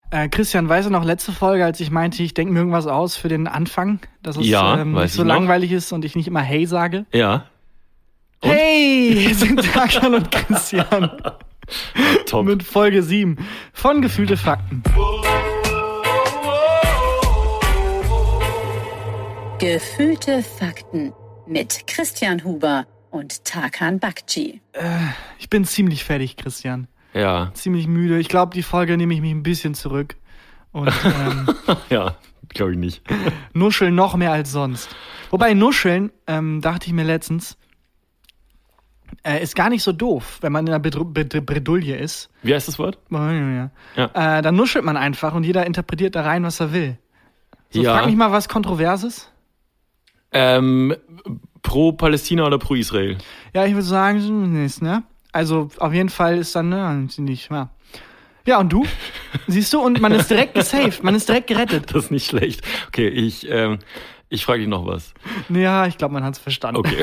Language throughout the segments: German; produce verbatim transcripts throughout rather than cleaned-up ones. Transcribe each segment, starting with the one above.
Äh, Christian, weißt du noch, letzte Folge, als ich meinte, ich denke mir irgendwas aus für den Anfang, dass es ja, ähm, nicht so noch. langweilig ist und ich nicht immer Hey sage? Ja. Und? Hey, hier sind Tarkan und Christian. Top. Mit Folge sieben von Gefühlte Fakten. Gefühlte Fakten mit Christian Huber und Tarkan Bakci. Äh, ich bin ziemlich fertig, Christian. Ja. Ziemlich müde. Ich glaube, die Folge nehme ich mich ein bisschen zurück. Und ähm, ja, glaube ich nicht. Nuscheln noch mehr als sonst. Wobei Nuscheln, ähm, dachte ich mir letztens, äh, ist gar nicht so doof, wenn man in einer Bedru- Bed- Bredouille ist. Wie heißt das Wort? Ja. Ja. Äh, dann nuschelt man einfach und jeder interpretiert da rein, was er will. So, ja. Frag mich mal was Kontroverses. Ähm, pro Palästina oder pro Israel? Ja, ich würde sagen, so nichts, ne? Also auf jeden Fall ist dann, ne, nicht, ja. Ja, und du? Siehst du? Und man ist direkt gesaved, man ist direkt gerettet. Das ist nicht schlecht. Okay, ich, ähm, ich frage dich noch was. Ja, ich glaube, man hat's verstanden. Okay.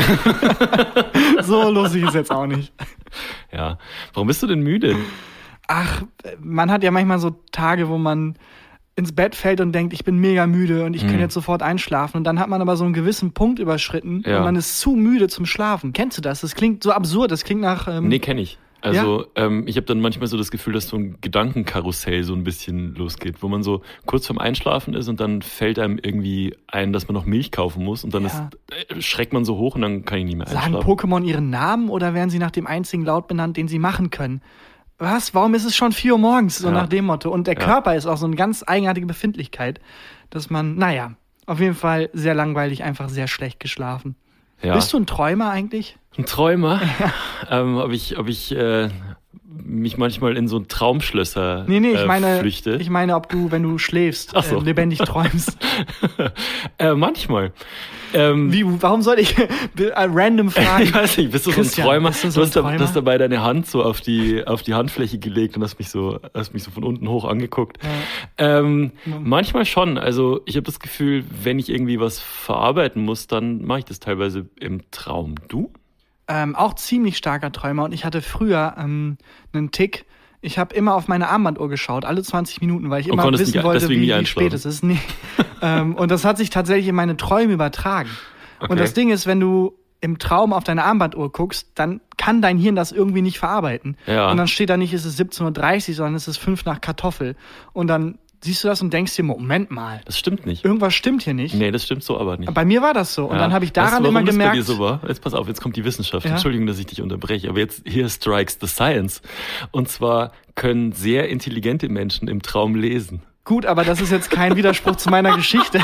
So lustig ist jetzt auch nicht. Ja. Warum bist du denn müde? Ach, man hat ja manchmal so Tage, wo man ins Bett fällt und denkt, ich bin mega müde und ich Mhm. kann jetzt sofort einschlafen. Und dann hat man aber so einen gewissen Punkt überschritten Ja. und man ist zu müde zum Schlafen. Kennst du das? Das klingt so absurd. Das klingt nach... Ähm, Nee, kenne ich. Also ähm, ich habe dann manchmal so das Gefühl, dass so ein Gedankenkarussell so ein bisschen losgeht, wo man so kurz vorm Einschlafen ist und dann fällt einem irgendwie ein, dass man noch Milch kaufen muss und dann Ja. ist, äh, schreckt man so hoch und dann kann ich nicht mehr Sagen einschlafen. Pokémon ihren Namen oder werden sie nach dem einzigen Laut benannt, den sie machen können? Was? Warum ist es schon vier Uhr morgens? So Ja. nach dem Motto. Und der Ja. Körper ist auch so eine ganz eigenartige Befindlichkeit, dass man, naja, auf jeden Fall sehr langweilig, einfach sehr schlecht geschlafen. Ja. Bist du ein Träumer eigentlich? Ein Träumer? ähm, ob ich, ob ich äh, mich manchmal in so Traumschlösser Nee, nee, ich äh, meine, flüchte? ich meine, ob du, wenn du schläfst, Ach so. äh, lebendig träumst. äh, manchmal. Ähm, Wie, warum soll ich äh, random fragen? Ich weiß nicht, bist du Christian, so ein Träumer? bist du Du, so ein hast, da, Träumer? du hast dabei deine Hand so auf die, auf die Handfläche gelegt und hast mich so, hast mich so von unten hoch angeguckt. Ja. Ähm, manchmal schon. Also ich habe das Gefühl, wenn ich irgendwie was verarbeiten muss, dann mache ich das teilweise im Traum. Du? Ähm, auch ziemlich starker Träumer und ich hatte früher ähm, einen Tick. Ich habe immer auf meine Armbanduhr geschaut, alle zwanzig Minuten, weil ich Und immer konntest wissen nicht- wollte, deswegen wie, nie wie spät einschlafen. es ist. Nee. ähm, und das hat sich tatsächlich in meine Träume übertragen. Okay. Und das Ding ist, wenn du im Traum auf deine Armbanduhr guckst, dann kann dein Hirn das irgendwie nicht verarbeiten. Ja. Und dann steht da nicht, es ist siebzehn Uhr dreißig, sondern es ist fünf nach Kartoffel. Und dann siehst du das und denkst dir, Moment mal, Das stimmt nicht. irgendwas stimmt hier nicht. Nee, das stimmt so aber nicht. Bei mir war das so. Und Ja. dann habe ich Weißt du, daran warum immer das gemerkt, bei dir so war? Jetzt pass auf, jetzt kommt die Wissenschaft. Ja. Entschuldigung, dass ich dich unterbreche, aber jetzt hier strikes the science. Und zwar können sehr intelligente Menschen im Traum lesen. gut, aber das ist jetzt kein Widerspruch zu meiner Geschichte.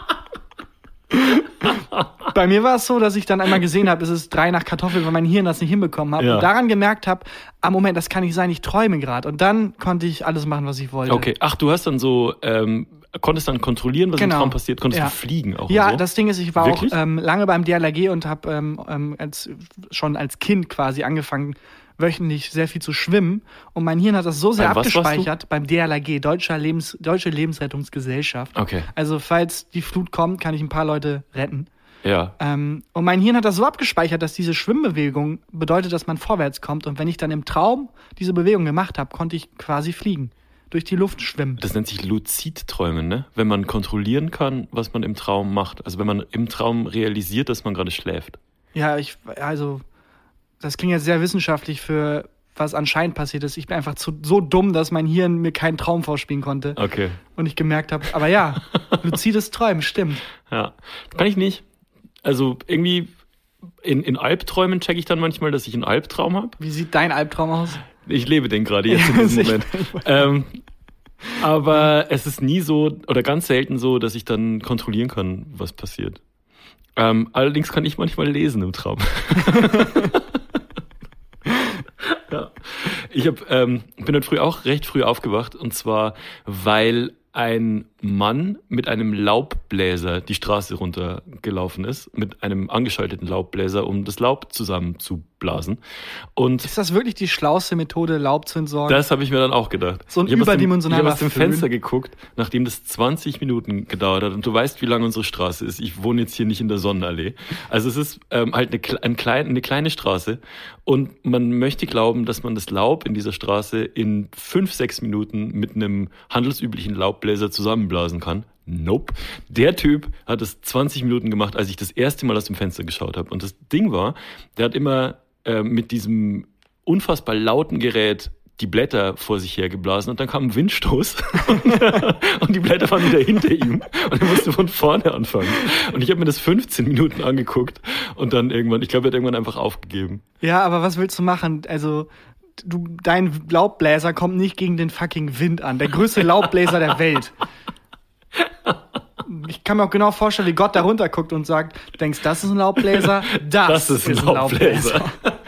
Bei mir war es so, dass ich dann einmal gesehen habe, es ist drei nach Kartoffel, weil mein Hirn das nicht hinbekommen hat. Ja. Und daran gemerkt habe, ah Moment, das kann nicht sein, ich träume gerade. Und dann konnte ich alles machen, was ich wollte. Okay, ach, du hast dann so, ähm, konntest dann kontrollieren, was Genau. im Traum passiert? Konntest Ja. du fliegen auch? Ja, und so? das Ding ist, ich war Wirklich? auch ähm, lange beim D L R G und habe ähm, ähm, als, schon als Kind quasi angefangen, wöchentlich sehr viel zu schwimmen. Und mein Hirn hat das so sehr Beim was warst du? abgespeichert, beim D L R G, Deutscher Lebens, Deutsche Lebensrettungsgesellschaft. Okay, Also falls die Flut kommt, kann ich ein paar Leute retten. ja. Ähm, und mein Hirn hat das so abgespeichert, dass diese Schwimmbewegung bedeutet, dass man vorwärts kommt. Und wenn ich dann im Traum diese Bewegung gemacht habe, konnte ich quasi fliegen. Durch die Luft schwimmen. Das nennt sich Luzidträumen, ne? Wenn man kontrollieren kann, was man im Traum macht. Also wenn man im Traum realisiert, dass man gerade schläft. Ja, ich, also, das klingt jetzt sehr wissenschaftlich für was anscheinend passiert ist. Ich bin einfach zu, so dumm, dass mein Hirn mir keinen Traum vorspielen konnte. Okay. Und ich gemerkt habe, aber ja, luzides Träumen, stimmt. Ja. Kann ich nicht. Also irgendwie in, in Albträumen checke ich dann manchmal, dass ich einen Albtraum habe. Wie sieht dein Albtraum aus? Ich lebe den gerade jetzt in Ja, diesem sicher. Moment. Ähm, aber es ist nie so oder ganz selten so, dass ich dann kontrollieren kann, was passiert. Ähm, allerdings kann ich manchmal lesen im Traum. Ja. Ich hab, ähm, bin heute früh auch recht früh aufgewacht und zwar, weil ein Mann mit einem Laubbläser die Straße runtergelaufen ist, mit einem angeschalteten Laubbläser, um das Laub zusammenzublasen. Und ist das wirklich die schlauste Methode, Laub zu entsorgen? Das habe ich mir dann auch gedacht. So ein ich überdimensionaler Ich habe aus dem Föhn. Fenster geguckt, nachdem das zwanzig Minuten gedauert hat. Und du weißt, wie lang unsere Straße ist. Ich wohne jetzt hier nicht in der Sonnenallee. Also es ist ähm, halt eine, ein klein, eine kleine Straße. Und man möchte glauben, dass man das Laub in dieser Straße in fünf, sechs Minuten mit einem handelsüblichen Laubbläser zusammenblasen kann. Nope. Der Typ hat es zwanzig Minuten gemacht, als ich das erste Mal aus dem Fenster geschaut habe. Und das Ding war, der hat immer äh, mit diesem unfassbar lauten Gerät die Blätter vor sich hergeblasen und dann kam ein Windstoß und, und die Blätter waren wieder hinter ihm und er musste von vorne anfangen. Und ich habe mir das fünfzehn Minuten angeguckt und dann irgendwann, ich glaube, er hat irgendwann einfach aufgegeben. Ja, aber was willst du machen? Also du, dein Laubbläser kommt nicht gegen den fucking Wind an. Der größte Laubbläser der Welt. Ich kann mir auch genau vorstellen, wie Gott da runter guckt und sagt, du denkst, das ist ein Laubbläser? Das, das ist ein, ist ein Laubbläser.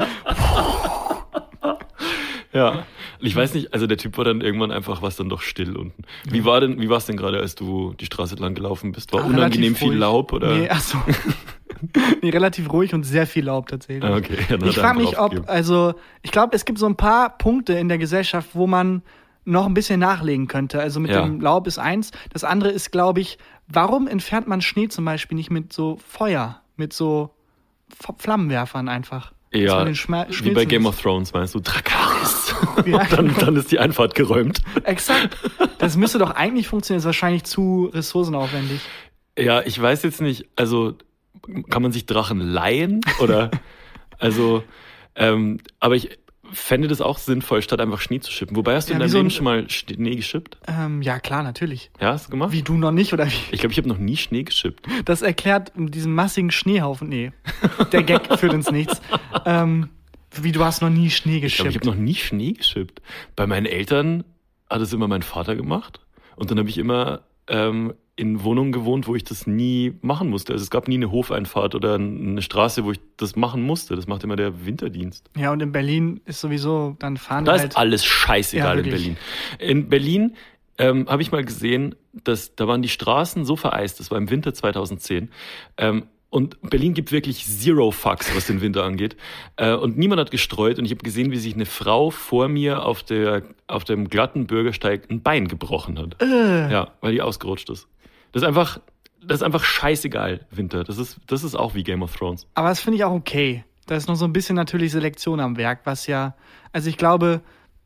Laubbläser. Ja. Ich weiß nicht, also der Typ war dann irgendwann einfach, was dann doch still unten. Wie war denn, wie war es denn gerade, als du die Straße lang gelaufen bist? War Ach, unangenehm viel Laub oder? Nee, ach so. Nee, relativ ruhig und sehr viel Laub tatsächlich. Okay, ja, ich frage mich, ob, also, ich glaube, es gibt so ein paar Punkte in der Gesellschaft, wo man noch ein bisschen nachlegen könnte. Also mit ja. dem Laub ist eins. Das andere ist, glaube ich, warum entfernt man Schnee zum Beispiel nicht mit so Feuer, mit so Flammenwerfern einfach? Ja, wie bei Game of Thrones, meinst du, Dracarys. Ja, und dann, genau. dann ist die Einfahrt geräumt. Exakt. Das müsste doch eigentlich funktionieren, ist wahrscheinlich zu ressourcenaufwendig. Ja, ich weiß jetzt nicht, also kann man sich Drachen leihen? Oder, also, ähm, aber ich fände das auch sinnvoll, statt einfach Schnee zu schippen. Wobei, hast du ja, in deinem so Leben schon mal Schnee geschippt? Ähm, ja, klar, natürlich. Ja, hast du gemacht? Wie, du noch nicht, oder wie? Ich glaube, ich habe noch nie Schnee geschippt. Das erklärt diesen massigen Schneehaufen. Nee, der Gag führt uns nichts. Ähm, wie, du hast noch nie Schnee geschippt? Ich glaube, ich habe noch nie Schnee geschippt. Bei meinen Eltern hat es immer mein Vater gemacht. Und dann habe ich immer ähm, in Wohnungen gewohnt, wo ich das nie machen musste. Also es gab nie eine Hofeinfahrt oder eine Straße, wo ich das machen musste. Das macht immer der Winterdienst. Ja, und in Berlin ist sowieso, dann fahren Da halt... ist alles scheißegal ja, in Berlin. In Berlin ähm, habe ich mal gesehen, dass da waren die Straßen so vereist, das war im Winter zweitausendzehn, ähm, und Berlin gibt wirklich zero fucks, was den Winter angeht. Äh, und niemand hat gestreut. Und ich habe gesehen, wie sich eine Frau vor mir auf der auf dem glatten Bürgersteig ein Bein gebrochen hat. Äh. Ja, weil die ausgerutscht ist. Das ist einfach, das ist einfach scheißegal, Winter. Das ist, das ist auch wie Game of Thrones. Aber das finde ich auch okay. Da ist noch so ein bisschen natürlich Selektion am Werk, was ja, also ich glaube,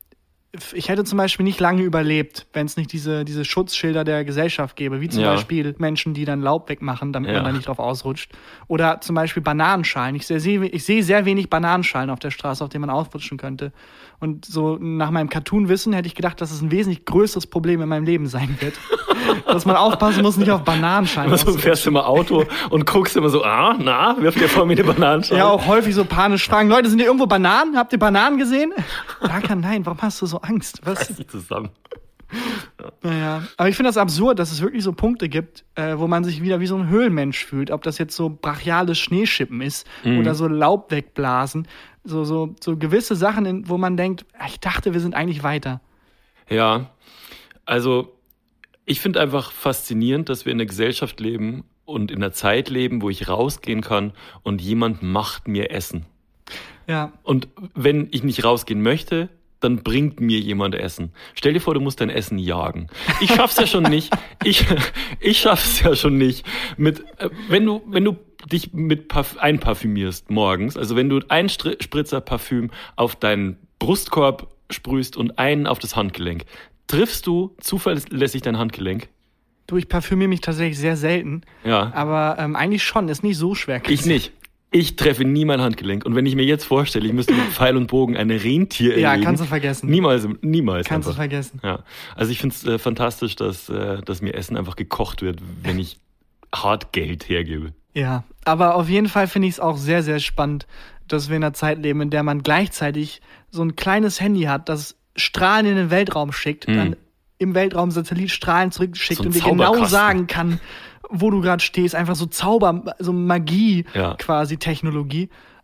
ich hätte zum Beispiel nicht lange überlebt, wenn es nicht diese, diese Schutzschilder der Gesellschaft gäbe, wie zum ja. Beispiel Menschen, die dann Laub wegmachen, damit ja. man da nicht drauf ausrutscht. Oder zum Beispiel Bananenschalen. Ich sehe ich sehe sehr wenig Bananenschalen auf der Straße, auf denen man ausrutschen könnte. Und so nach meinem Cartoon-Wissen hätte ich gedacht, dass es ein wesentlich größeres Problem in meinem Leben sein wird. Dass man aufpassen muss, nicht auf Bananenschalen also du fährst immer Auto und guckst immer so, ah, na, wirft dir vor mir eine Bananenschale. Ja, auch häufig so panisch fragen, Leute, sind hier irgendwo Bananen? Habt ihr Bananen gesehen? Danke, nein, warum hast du so Angst? Was? Reiß dich zusammen. Ja. Naja, aber ich finde das absurd, dass es wirklich so Punkte gibt, äh, wo man sich wieder wie so ein Höhlenmensch fühlt. Ob das jetzt so brachiales Schneeschippen ist mhm. oder so Laub wegblasen. So, so, so gewisse Sachen, in, wo man denkt, ich dachte, wir sind eigentlich weiter. Ja, also ich finde einfach faszinierend, dass wir in einer Gesellschaft leben und in einer Zeit leben, wo ich rausgehen kann und jemand macht mir Essen. Ja. Und wenn ich nicht rausgehen möchte, dann bringt mir jemand Essen. Stell dir vor, du musst dein Essen jagen. Ich schaff's ja schon nicht. Ich, ich schaff's ja schon nicht. Mit, äh, wenn du, wenn du dich mit Parf- einparfümierst morgens, also wenn du einen Str- Spritzer Parfüm auf deinen Brustkorb sprühst und einen auf das Handgelenk, triffst du zuverlässig dein Handgelenk? Du, ich parfümiere mich tatsächlich sehr selten. Ja. Aber ähm, eigentlich schon, ist nicht so schwer. Ich nicht. Ich treffe nie mein Handgelenk. Und wenn ich mir jetzt vorstelle, ich müsste mit Pfeil und Bogen ein Rentier erlegen. Ja, kannst du vergessen. Niemals, niemals. Kannst einfach. du vergessen. Ja. Also ich finde es äh, fantastisch, dass, äh, dass mir Essen einfach gekocht wird, wenn ich hart Geld hergebe. Ja, aber auf jeden Fall finde ich es auch sehr, sehr spannend, dass wir in einer Zeit leben, in der man gleichzeitig so ein kleines Handy hat, das Strahlen in den Weltraum schickt, mhm. dann im Weltraum Satellitstrahlen zurückschickt so und dir genau sagen kann, wo du gerade stehst. Einfach so Zauber, so Magie ja. quasi, Technologie.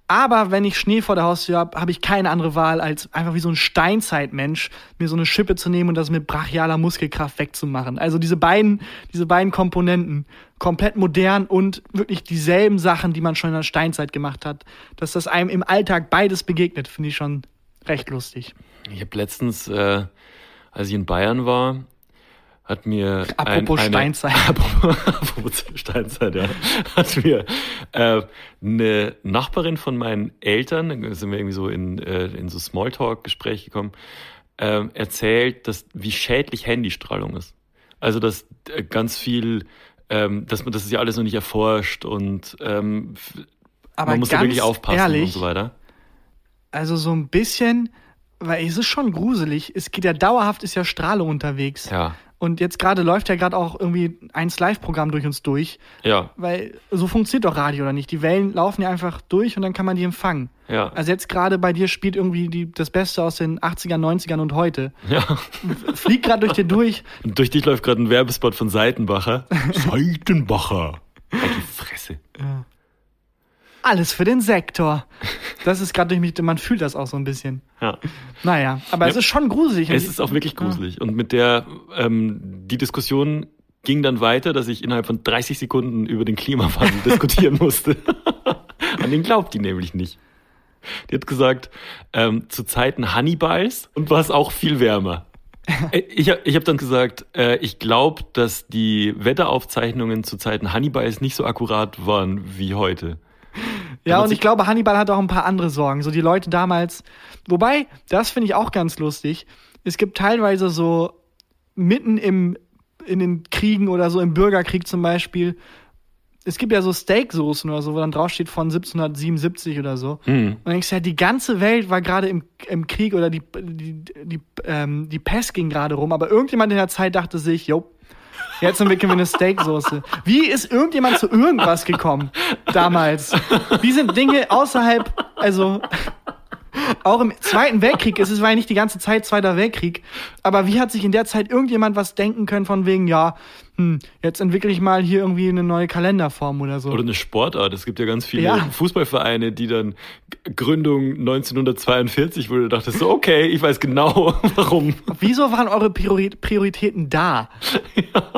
Aber wenn ich Schnee vor der Haustür habe, habe ich keine andere Wahl, als einfach wie so ein Steinzeitmensch mir so eine Schippe zu nehmen und das mit brachialer Muskelkraft wegzumachen. Also diese beiden, diese beiden Komponenten, komplett modern und wirklich dieselben Sachen, die man schon in der Steinzeit gemacht hat, dass das einem im Alltag beides begegnet, finde ich schon recht lustig. Ich habe letztens, äh, als ich in Bayern war, hat mir apropos ein, eine, Steinzeit. Apropos Steinzeit, ja. Hat mir äh, eine Nachbarin von meinen Eltern, da sind wir irgendwie so in, äh, in so Smalltalk-Gespräch gekommen, äh, erzählt, dass wie schädlich Handystrahlung ist. Also dass äh, ganz viel, ähm, dass man das ist ja alles noch nicht erforscht und ähm, Aber man muss da wirklich aufpassen ehrlich, und so weiter. Also so ein bisschen, weil es ist schon gruselig. Es geht ja dauerhaft, ist ja Strahlung unterwegs. Ja. Und jetzt gerade läuft ja gerade auch irgendwie eins Live-Programm durch uns durch. Ja. Weil so funktioniert doch Radio, oder nicht? Die Wellen laufen ja einfach durch und dann kann man die empfangen. Ja. Also jetzt gerade bei dir spielt irgendwie die, das Beste aus den achtzigern, neunzigern und heute. Ja. Fliegt gerade durch dir durch. Und durch dich läuft gerade ein Werbespot von Seitenbacher. Seitenbacher. Halt die Fresse. Ja. Alles für den Sektor. Das ist gerade durch mich, man fühlt das auch so ein bisschen. Ja. Naja, aber ja, es ist schon gruselig. Es ist auch wirklich gruselig. Ja. Und mit der, ähm, die Diskussion ging dann weiter, dass ich innerhalb von dreißig Sekunden über den Klimawandel diskutieren musste. An den glaubt die nämlich nicht. Die hat gesagt, ähm, zu Zeiten Hannibals und war es auch viel wärmer. Ich habe ich hab dann gesagt, äh, ich glaube, dass die Wetteraufzeichnungen zu Zeiten Hannibals nicht so akkurat waren wie heute. Ja, und ich glaube, Hannibal hat auch ein paar andere Sorgen. So die Leute damals. Wobei, das finde ich auch ganz lustig. Es gibt teilweise so mitten im, in den Kriegen oder so im Bürgerkrieg zum Beispiel. Es gibt ja so Steaksoßen oder so, wo dann draufsteht von siebzehnhundertsiebenundsiebzig oder so. Hm. Und dann denkst du ja, die ganze Welt war gerade im, im Krieg oder die, die, die, ähm, die Pest ging gerade rum. Aber irgendjemand in der Zeit dachte sich, jo, jetzt entwickeln wir eine Steaksoße. Wie ist irgendjemand zu irgendwas gekommen damals? Wie sind Dinge außerhalb, also auch im Zweiten Weltkrieg, es war ja nicht die ganze Zeit Zweiter Weltkrieg, aber wie hat sich in der Zeit irgendjemand was denken können von wegen, ja, hm, jetzt entwickle ich mal hier irgendwie eine neue Kalenderform oder so. Oder eine Sportart. Es gibt ja ganz viele Ja. Fußballvereine, die dann Gründung neunzehnhundertzweiundvierzig, wo du dachtest so, okay, ich weiß genau, warum. Wieso waren eure Priori- Prioritäten da? Ja.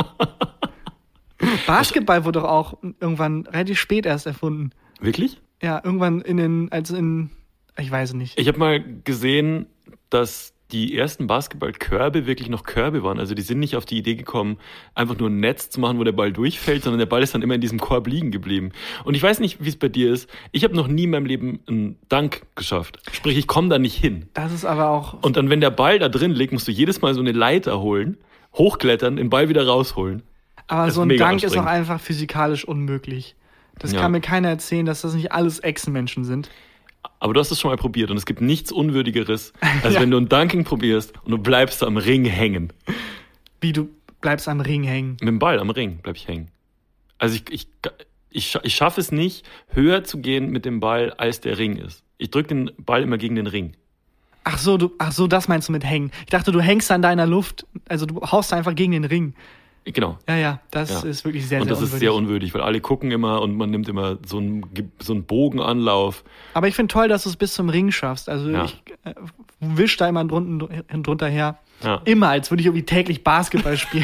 Basketball wurde doch auch irgendwann relativ spät erst erfunden. Wirklich? Ja, irgendwann in den, also in, ich weiß nicht. Ich habe mal gesehen, dass die ersten Basketballkörbe wirklich noch Körbe waren. Also die sind nicht auf die Idee gekommen, einfach nur ein Netz zu machen, wo der Ball durchfällt, sondern der Ball ist dann immer in diesem Korb liegen geblieben. Und ich weiß nicht, wie es bei dir ist. Ich habe noch nie in meinem Leben einen Dunk geschafft. Sprich, ich komme da nicht hin. Das ist aber auch... Und dann, wenn der Ball da drin liegt, musst du jedes Mal so eine Leiter holen, hochklettern, den Ball wieder rausholen. Aber das so ein ist Dunk ist auch einfach physikalisch unmöglich. Das Ja. kann mir keiner erzählen, dass das nicht alles Echsenmenschen sind. Aber du hast es schon mal probiert und es gibt nichts Unwürdigeres, als Ja. wenn du ein Dunking probierst und du bleibst am Ring hängen. Wie, du bleibst am Ring hängen? Mit dem Ball am Ring bleib ich hängen. Also ich, ich, ich, ich schaffe es nicht, höher zu gehen mit dem Ball, als der Ring ist. Ich drücke den Ball immer gegen den Ring. Ach so, du, ach so, das meinst du mit hängen. Ich dachte, du hängst an deiner Luft, also du haust einfach gegen den Ring. Genau. Ja, ja, das Ja. ist wirklich sehr, und sehr das unwürdig. ist sehr unwürdig, weil alle gucken immer und man nimmt immer so einen, so einen Bogenanlauf. Aber ich finde toll, dass du es bis zum Ring schaffst. Also Ja. ich äh, wisch da immer drunten, drunter her. Ja. Immer, als würde ich irgendwie täglich Basketball spielen.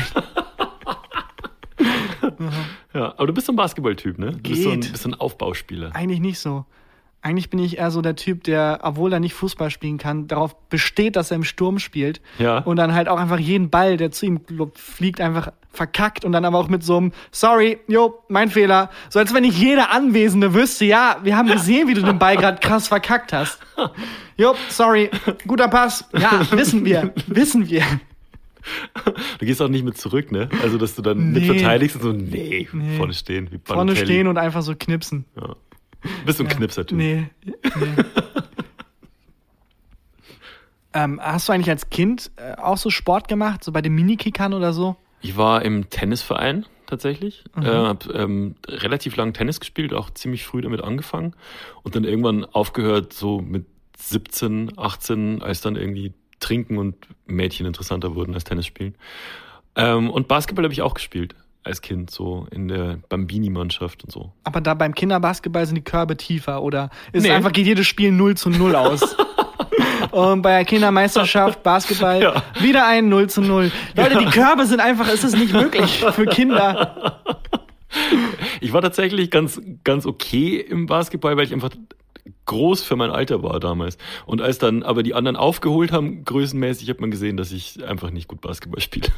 Ja, aber du bist so ein Basketballtyp, ne? Du bist so ein, Geht. bist so ein Aufbauspieler. Eigentlich nicht so. Eigentlich bin ich eher so der Typ, der, obwohl er nicht Fußball spielen kann, darauf besteht, dass er im Sturm spielt. Ja. Und dann halt auch einfach jeden Ball, der zu ihm fliegt, einfach verkackt. Und dann aber auch mit so einem, sorry, jo, mein Fehler. So als wenn nicht jeder Anwesende wüsste, ja, wir haben gesehen, wie du den Ball gerade krass verkackt hast. Jo, sorry, guter Pass. Ja, wissen wir, wissen wir. Du gehst auch nicht mit zurück, ne? Also, dass du dann Nee. mit verteidigst und so, nee, Nee. vorne stehen. Wie Vorne Balotelli. stehen und einfach so knipsen. Ja. Bist du ein Knipser-Typ? Nee. nee. ähm, hast du eigentlich als Kind äh, auch so Sport gemacht, so bei den Minikickern oder so? Ich war im Tennisverein tatsächlich, Mhm. äh, habe ähm, relativ lang Tennis gespielt, auch ziemlich früh damit angefangen und dann irgendwann aufgehört, so mit siebzehn, achtzehn, als dann irgendwie Trinken und Mädchen interessanter wurden als Tennis spielen. Ähm, und Basketball habe ich auch gespielt. als Kind, so in der Bambini-Mannschaft und so. Aber da beim Kinderbasketball sind die Körbe tiefer oder ist Nee. einfach, geht jedes Spiel null zu null aus? Und bei der Kindermeisterschaft Basketball Ja. wieder ein null zu null. Leute, die Körbe sind einfach, es ist nicht möglich für Kinder. Ich war tatsächlich ganz, ganz okay im Basketball, weil ich einfach groß für mein Alter war damals. Und als dann aber die anderen aufgeholt haben, größenmäßig, hat man gesehen, dass ich einfach nicht gut Basketball spiele.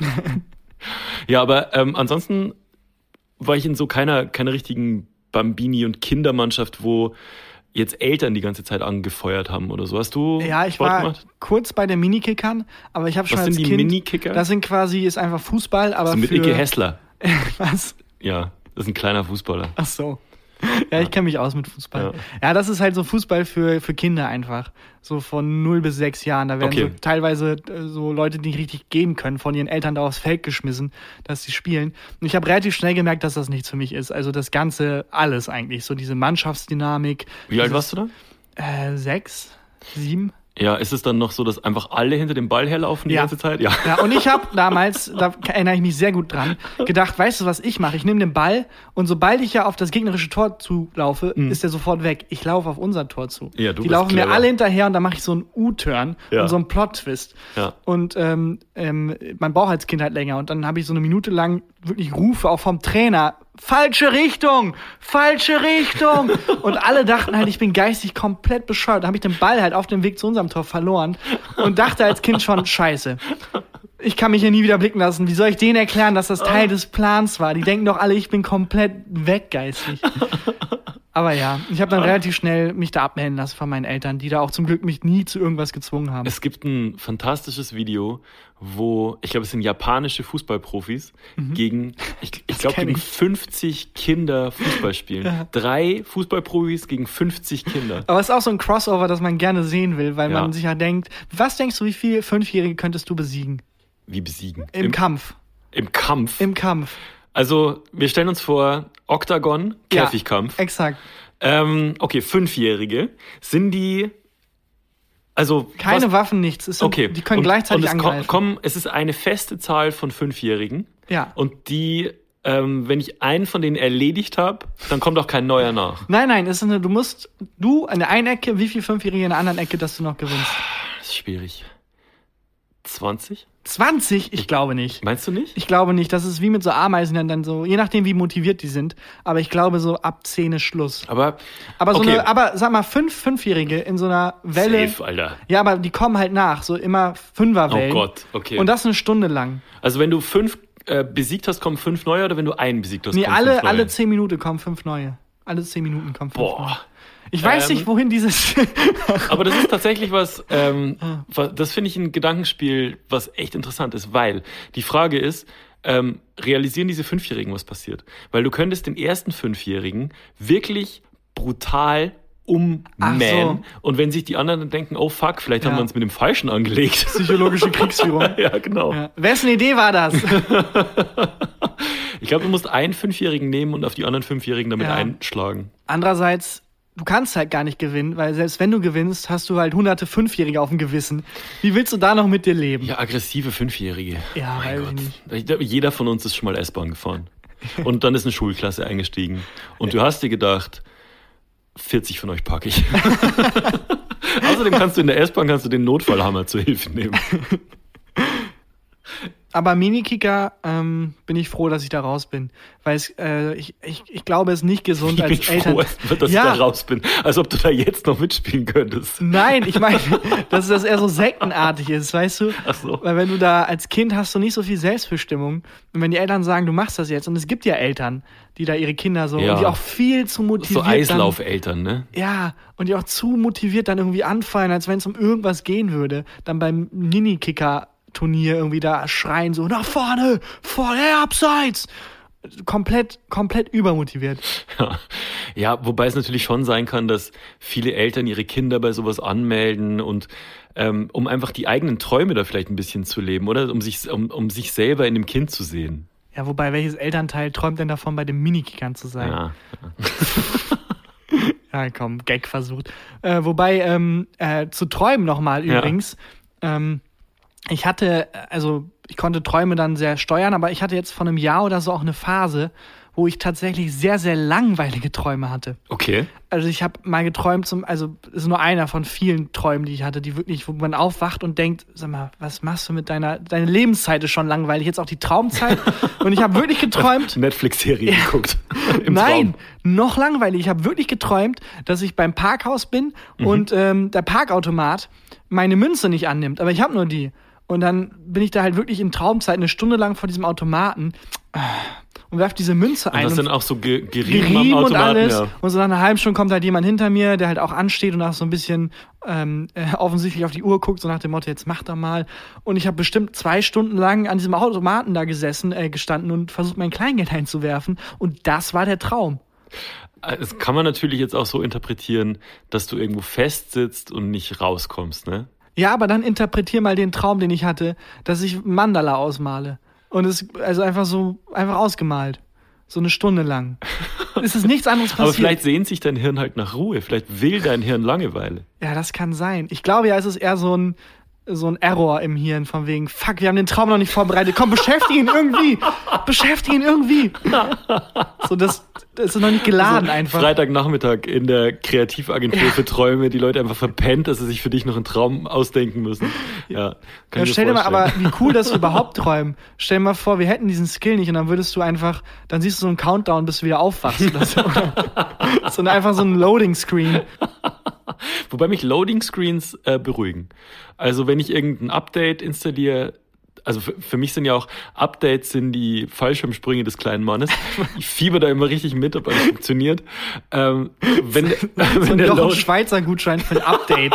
Ja, aber ähm, ansonsten war ich in so keiner, keiner richtigen Bambini- und Kindermannschaft, wo jetzt Eltern die ganze Zeit angefeuert haben oder so. Hast du Ja, ich Sport war gemacht? kurz bei den Minikickern, aber ich habe schon Was als sind die Kind... Minikicker? Das sind quasi, ist einfach Fußball, aber Also mit für... Icke Hessler. Was? Ja, das ist ein kleiner Fußballer. Ach so. Ja, ich kenne mich aus mit Fußball. Ja. Ja. das ist halt so Fußball für, für Kinder einfach. So von null bis sechs Jahren. Da werden Okay. so teilweise äh, so Leute, die nicht richtig gehen können, von ihren Eltern da aufs Feld geschmissen, dass sie spielen. Und ich habe relativ schnell gemerkt, dass das nichts für mich ist. Also das Ganze, alles eigentlich. So diese Mannschaftsdynamik. Wie alt dieses- warst du da? Äh, sechs, sieben. Ja, ist es dann noch so, dass einfach alle hinter dem Ball herlaufen die Ja. ganze Zeit? Ja. Ja, und ich habe damals, da erinnere ich mich sehr gut dran, gedacht, weißt du, was ich mache? Ich nehme den Ball und sobald ich ja auf das gegnerische Tor zulaufe, Mhm. ist der sofort weg. Ich laufe auf unser Tor zu. Ja, du Die bist laufen clever. mir alle hinterher und dann mache ich so einen U-Turn Ja. und so einen Plot-Twist. Ja. Und ähm, ähm, man braucht als Kind halt länger. Und dann habe ich so eine Minute lang wirklich Rufe auch vom Trainer. Falsche Richtung! Falsche Richtung! Und alle dachten halt, ich bin geistig komplett bescheuert. Da habe ich den Ball halt auf dem Weg zu unserem Tor verloren und dachte als Kind schon, scheiße. Ich kann mich hier nie wieder blicken lassen. Wie soll ich denen erklären, dass das Teil des Plans war? Die denken doch alle, ich bin komplett weg geistig. Aber ja, ich habe dann relativ schnell mich da abmelden lassen von meinen Eltern, die da auch zum Glück mich nie zu irgendwas gezwungen haben. Es gibt ein fantastisches Video, wo, ich glaube, es sind japanische Fußballprofis gegen, ich, ich glaube, kenn gegen ich. fünfzig Kinder Fußball spielen. Ja. Drei Fußballprofis gegen fünfzig Kinder. Aber es ist auch so ein Crossover, das man gerne sehen will, weil Ja. man sich ja denkt, was denkst du, wie viele Fünfjährige könntest du besiegen? Wie besiegen? Im, Im, Kampf. Im Kampf. Im Kampf. Also, wir stellen uns vor, Oktagon, Ja, Käfigkampf. exakt. Ähm, okay, Fünfjährige. Sind die, also... Keine was, Waffen, nichts. Es sind, okay. Die können und, gleichzeitig und es ko- angreifen. kommen, es ist eine feste Zahl von Fünfjährigen. Ja. Und die, ähm, wenn ich einen von denen erledigt habe, dann kommt auch kein neuer nach. Nein, nein, es ist eine, du musst, du an der einen Ecke, wie viele Fünfjährige in der anderen Ecke, dass du noch gewinnst? Das ist schwierig. zwanzig? zwanzig? Ich glaube nicht. Meinst du nicht? Ich glaube nicht. Das ist wie mit so Ameisen dann, dann so, je nachdem, wie motiviert die sind. Aber ich glaube, so ab zehn ist Schluss. Aber, Aber so okay. eine, aber sag mal, fünf Fünfjährige in so einer Welle. Safe, Alter. Ja, aber die kommen halt nach, so immer Fünferwellen. Oh Gott, okay. Und das eine Stunde lang. Also wenn du fünf äh, besiegt hast, kommen fünf neue, oder wenn du einen besiegt hast, Nee, kommen alle, fünf neue? alle zehn Minuten kommen fünf neue. Alle zehn Minuten kommen fünf neue. Boah. Ich weiß Ähm, nicht, wohin dieses... Aber das ist tatsächlich was, ähm, was das finde ich ein Gedankenspiel, was echt interessant ist, weil die Frage ist, ähm, realisieren diese Fünfjährigen, was passiert? Weil du könntest den ersten Fünfjährigen wirklich brutal ummähen. Ach so. Und wenn sich die anderen dann denken, oh fuck, vielleicht haben Ja. wir uns mit dem Falschen angelegt. Psychologische Kriegsführung. Ja, genau. Ja. Wessen Idee war das? Ich glaube, du musst einen Fünfjährigen nehmen und auf die anderen Fünfjährigen damit Ja. einschlagen. Andererseits, du kannst halt gar nicht gewinnen, weil selbst wenn du gewinnst, hast du halt hunderte Fünfjährige auf dem Gewissen. Wie willst du da noch mit dir leben? Ja, aggressive Fünfjährige. Ja, Mein weiß Gott. ich nicht. Ich glaube, jeder von uns ist schon mal S-Bahn gefahren. Und dann ist eine Schulklasse eingestiegen. Und du hast dir gedacht, vierzig von euch packe ich. Außerdem kannst du in der S-Bahn kannst du den Notfallhammer zur Hilfe nehmen. Aber Minikicker ähm, bin ich froh, dass ich da raus bin. Weil es, äh, ich, ich, ich glaube, es ist nicht gesund Ich als bin Eltern. froh, dass Ja. ich da raus bin. Als ob du da jetzt noch mitspielen könntest. Nein, ich meine, dass das eher so sektenartig ist, weißt du? Ach so. Weil wenn du da als Kind hast du nicht so viel Selbstbestimmung. Und wenn die Eltern sagen, du machst das jetzt, und es gibt ja Eltern, die da ihre Kinder so, Ja. und die auch viel zu motiviert So Eislaufeltern, ne? Dann, ja, und die auch zu motiviert dann irgendwie anfallen, als wenn es um irgendwas gehen würde. Dann beim Minikicker-Turnier irgendwie da schreien so, nach vorne, vorne, hey, abseits! Komplett, komplett übermotiviert. Ja. Ja, wobei es natürlich schon sein kann, dass viele Eltern ihre Kinder bei sowas anmelden und ähm, um einfach die eigenen Träume da vielleicht ein bisschen zu leben, oder? Um sich, um, um sich selber in dem Kind zu sehen. Ja, wobei, welches Elternteil träumt denn davon, bei den Minikickern zu sein? Ja. Ja, komm, Gag versucht. Äh, wobei, ähm, äh, zu träumen nochmal Ja. übrigens, ähm, ich hatte, also ich konnte Träume dann sehr steuern, aber ich hatte jetzt vor einem Jahr oder so auch eine Phase, wo ich tatsächlich sehr, sehr langweilige Träume hatte. Okay. Also ich habe mal geträumt, zum, also es ist nur einer von vielen Träumen, die ich hatte, die wirklich, wo man aufwacht und denkt, sag mal, was machst du mit deiner, deine Lebenszeit ist schon langweilig, jetzt auch die Traumzeit. Und ich habe wirklich geträumt. Netflix-Serie geguckt. Im Nein, Traum. noch langweilig. Ich habe wirklich geträumt, dass ich beim Parkhaus bin mhm. und ähm, der Parkautomat meine Münze nicht annimmt, aber ich habe nur die. Und dann bin ich da halt wirklich in Traumzeit eine Stunde lang vor diesem Automaten und werf diese Münze ein. Und das und dann auch so ge- gerieben, gerieben am Automaten, und alles. Ja. Und so nach einer halben Stunde kommt halt jemand hinter mir, der halt auch ansteht und auch so ein bisschen ähm, äh, offensichtlich auf die Uhr guckt, so nach dem Motto, jetzt mach doch mal. Und ich habe bestimmt zwei Stunden lang an diesem Automaten da gesessen, äh, gestanden und versucht, mein Kleingeld einzuwerfen. Und das war der Traum. Das kann man natürlich jetzt auch so interpretieren, dass du irgendwo festsitzt und nicht rauskommst, ne? Ja, aber dann interpretier mal den Traum, den ich hatte, dass ich Mandala ausmale. Und es also einfach so, einfach ausgemalt. So eine Stunde lang. Es ist nichts anderes passiert. Aber vielleicht sehnt sich dein Hirn halt nach Ruhe. Vielleicht will dein Hirn Langeweile. Ja, das kann sein. Ich glaube ja, es ist eher so ein, so ein Error im Hirn von wegen, fuck, wir haben den Traum noch nicht vorbereitet. Komm, beschäftige ihn irgendwie. Beschäftige ihn irgendwie. So, das, das ist noch nicht geladen also einfach. Freitagnachmittag in der Kreativagentur ja. für Träume, die Leute einfach verpennt, dass sie sich für dich noch einen Traum ausdenken müssen. Ja, kann ja, ich stell dir mir mal, aber wie cool, dass wir überhaupt träumen. Stell dir mal vor, wir hätten diesen Skill nicht und dann würdest du einfach, dann siehst du so einen Countdown, bis du wieder aufwachst oder so. So einfach so ein Loading-Screen. Wobei mich Loading-Screens äh, beruhigen. Also wenn ich irgendein Update installiere, also für, für mich sind ja auch Updates sind die Fallschirmsprünge des kleinen Mannes. Ich fieber da immer richtig mit, ob alles funktioniert. Ähm, wenn, so, wenn so ein der Jochen Load- Schweizer Gutschein für ein Update.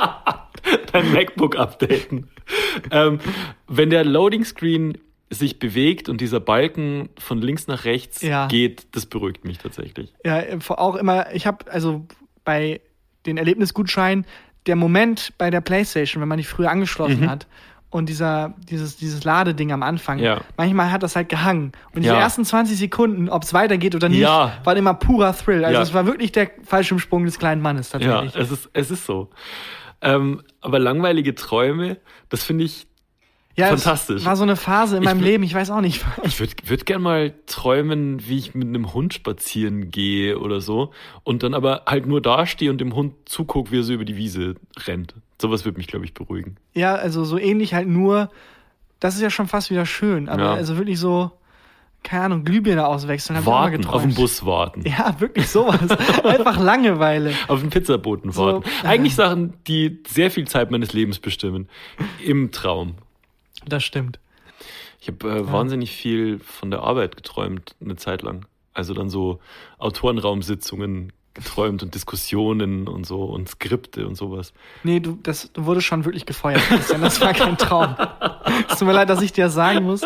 Dein MacBook updaten. ähm, wenn der Loading-Screen sich bewegt und dieser Balken von links nach rechts ja. geht, das beruhigt mich tatsächlich. Ja, auch immer, ich habe also bei den Erlebnisgutscheinen, der Moment bei der PlayStation, wenn man die früher angeschlossen Mhm. hat und dieser, dieses, dieses Ladeding am Anfang, Ja. manchmal hat das halt gehangen. Und diese Ja. ersten zwanzig Sekunden, ob es weitergeht oder nicht, Ja. war immer purer Thrill. Also Ja. es war wirklich der Fallschirmsprung des kleinen Mannes Ja, tatsächlich. es ist, es ist so. Ähm, aber langweilige Träume, das finde ich Ja, fantastisch. Es war so eine Phase in Ich meinem wür- Leben, ich weiß auch nicht. Ich würde würd gern mal träumen, wie ich mit einem Hund spazieren gehe oder so und dann aber halt nur dastehe und dem Hund zugucke, wie er so über die Wiese rennt. Sowas würde mich, glaube ich, beruhigen. Ja, also so ähnlich halt nur, das ist ja schon fast wieder schön, aber Ja. also wirklich so, keine Ahnung, Glühbirne auswechseln, hab ich auch mal Warten, geträumt. auf den Bus warten. Ja, wirklich sowas. Einfach Langeweile. Auf den Pizzaboten So, warten. äh. Eigentlich Sachen, die sehr viel Zeit meines Lebens bestimmen. Im Traum. Das stimmt. Ich habe äh, ja. wahnsinnig viel von der Arbeit geträumt, eine Zeit lang. Also dann so Autorenraumsitzungen geträumt und Diskussionen und so und Skripte und sowas. Nee, du, das, du wurdest schon wirklich gefeuert, Christian. Das war kein Traum. Es tut mir leid, dass ich dir das sagen muss.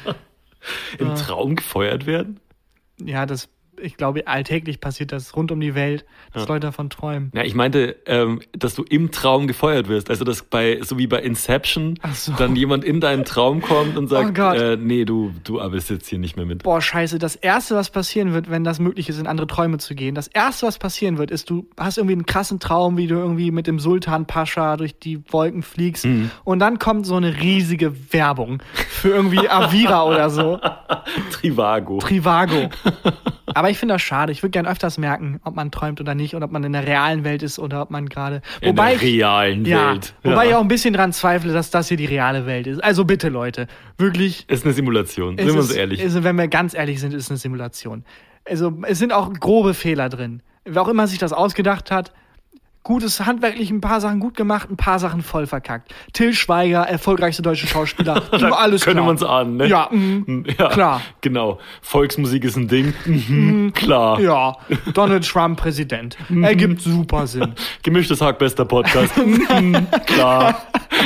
Im Ja. Traum gefeuert werden? Ja, das, ich glaube, alltäglich passiert das rund um die Welt, dass Ja. Leute davon träumen. Ja, ich meinte, ähm, dass du im Traum gefeuert wirst. Also, dass bei, so wie bei Inception, Ach so. dann jemand in deinen Traum kommt und Oh sagt, Gott. äh, nee, du, du arbeitest jetzt hier nicht mehr mit. Boah, scheiße, das Erste, was passieren wird, wenn das möglich ist, in andere Träume zu gehen, das Erste, was passieren wird, ist, du hast irgendwie einen krassen Traum, wie du irgendwie mit dem Sultan Pascha durch die Wolken fliegst Mhm. und dann kommt so eine riesige Werbung für irgendwie Avira oder so. Trivago. Trivago. Aber ich finde das schade. Ich würde gern öfters merken, ob man träumt oder nicht und ob man in der realen Welt ist oder ob man gerade. In Wobei der ich, realen ja, Welt. Wobei Ja. ich auch ein bisschen dran zweifle, dass das hier die reale Welt ist. Also bitte, Leute, wirklich. Ist eine Simulation, Es sind wir uns ist, ehrlich. Also, wenn wir ganz ehrlich sind, ist es eine Simulation. Also es sind auch grobe Fehler drin. Wer auch immer sich das ausgedacht hat, gutes handwerklich, ein paar Sachen gut gemacht, ein paar Sachen voll verkackt. Till Schweiger, erfolgreichste deutsche Schauspieler, Da alles können klar. wir uns ahnen, ne? Ja, mm, ja, klar. Genau. Volksmusik ist ein Ding. Mhm, klar. Ja, Donald Trump Präsident. Ergibt super Sinn. Gemischtes Hack, bester Podcast. Mhm, klar.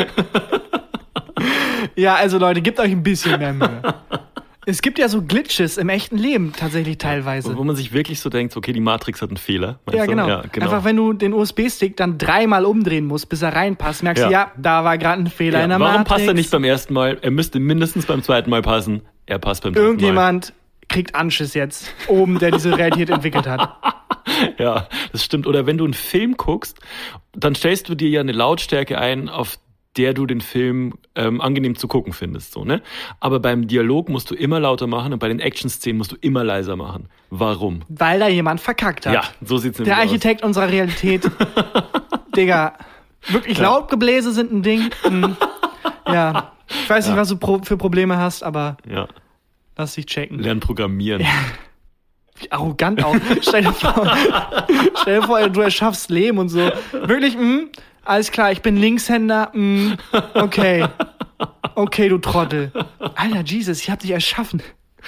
Ja, also Leute, gebt euch ein bisschen mehr Mühe. Es gibt ja so Glitches im echten Leben tatsächlich teilweise. Wo man sich wirklich so denkt, okay, die Matrix hat einen Fehler. Meinst Ja du? genau. Ja, genau. Einfach wenn du den U S B-Stick dann dreimal umdrehen musst, bis er reinpasst, merkst Ja. du, ja, da war gerade ein Fehler ja, in der warum Matrix. passt er nicht beim ersten Mal? Er müsste mindestens beim zweiten Mal passen. Er passt beim dritten Mal. Irgendjemand kriegt Anschiss jetzt oben, der diese Realität entwickelt hat. Ja, das stimmt. Oder wenn du einen Film guckst, dann stellst du dir ja eine Lautstärke ein, auf der du den Film ähm, angenehm zu gucken findest. So, ne? Aber beim Dialog musst du immer lauter machen und bei den Action-Szenen musst du immer leiser machen. Warum? Weil da jemand verkackt hat. Ja, so sieht's nämlich Der Architekt aus. unserer Realität. Digga, wirklich Ja. Lautgebläse sind ein Ding. Mhm. Ja, ich weiß nicht, Ja. was du pro- für Probleme hast, aber Ja, lass dich checken. lern programmieren. Wie arrogant auch. Stell dir vor, stell dir vor, du erschaffst Leben und so. Wirklich, mh, alles klar, ich bin Linkshänder, mh, okay. Okay, du Trottel. Alter, Jesus, ich hab dich erschaffen.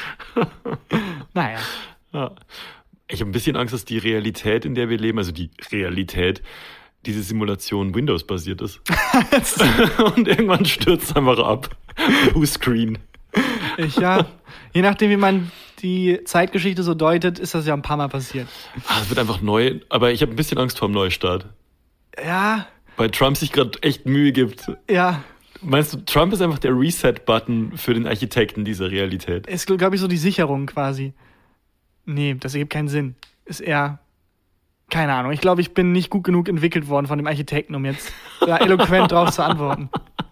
Naja. Ja. Ich habe ein bisschen Angst, dass die Realität, in der wir leben, also die Realität, diese Simulation Windows-basiert ist. Und irgendwann stürzt es einfach ab. Bluescreen. Ich, ja, je nachdem, wie man die Zeitgeschichte so deutet, ist das ja ein paar Mal passiert. Ah, es wird einfach neu, aber ich habe ein bisschen Angst vor dem Neustart. Ja, Weil Trump sich gerade echt Mühe gibt. ja. Meinst du, Trump ist einfach der Reset-Button für den Architekten dieser Realität? Ist, glaube ich, so die Sicherung quasi. Nee, das ergibt keinen Sinn. Ist eher, keine Ahnung. Ich glaube, ich bin nicht gut genug entwickelt worden von dem Architekten, um jetzt da eloquent drauf zu antworten.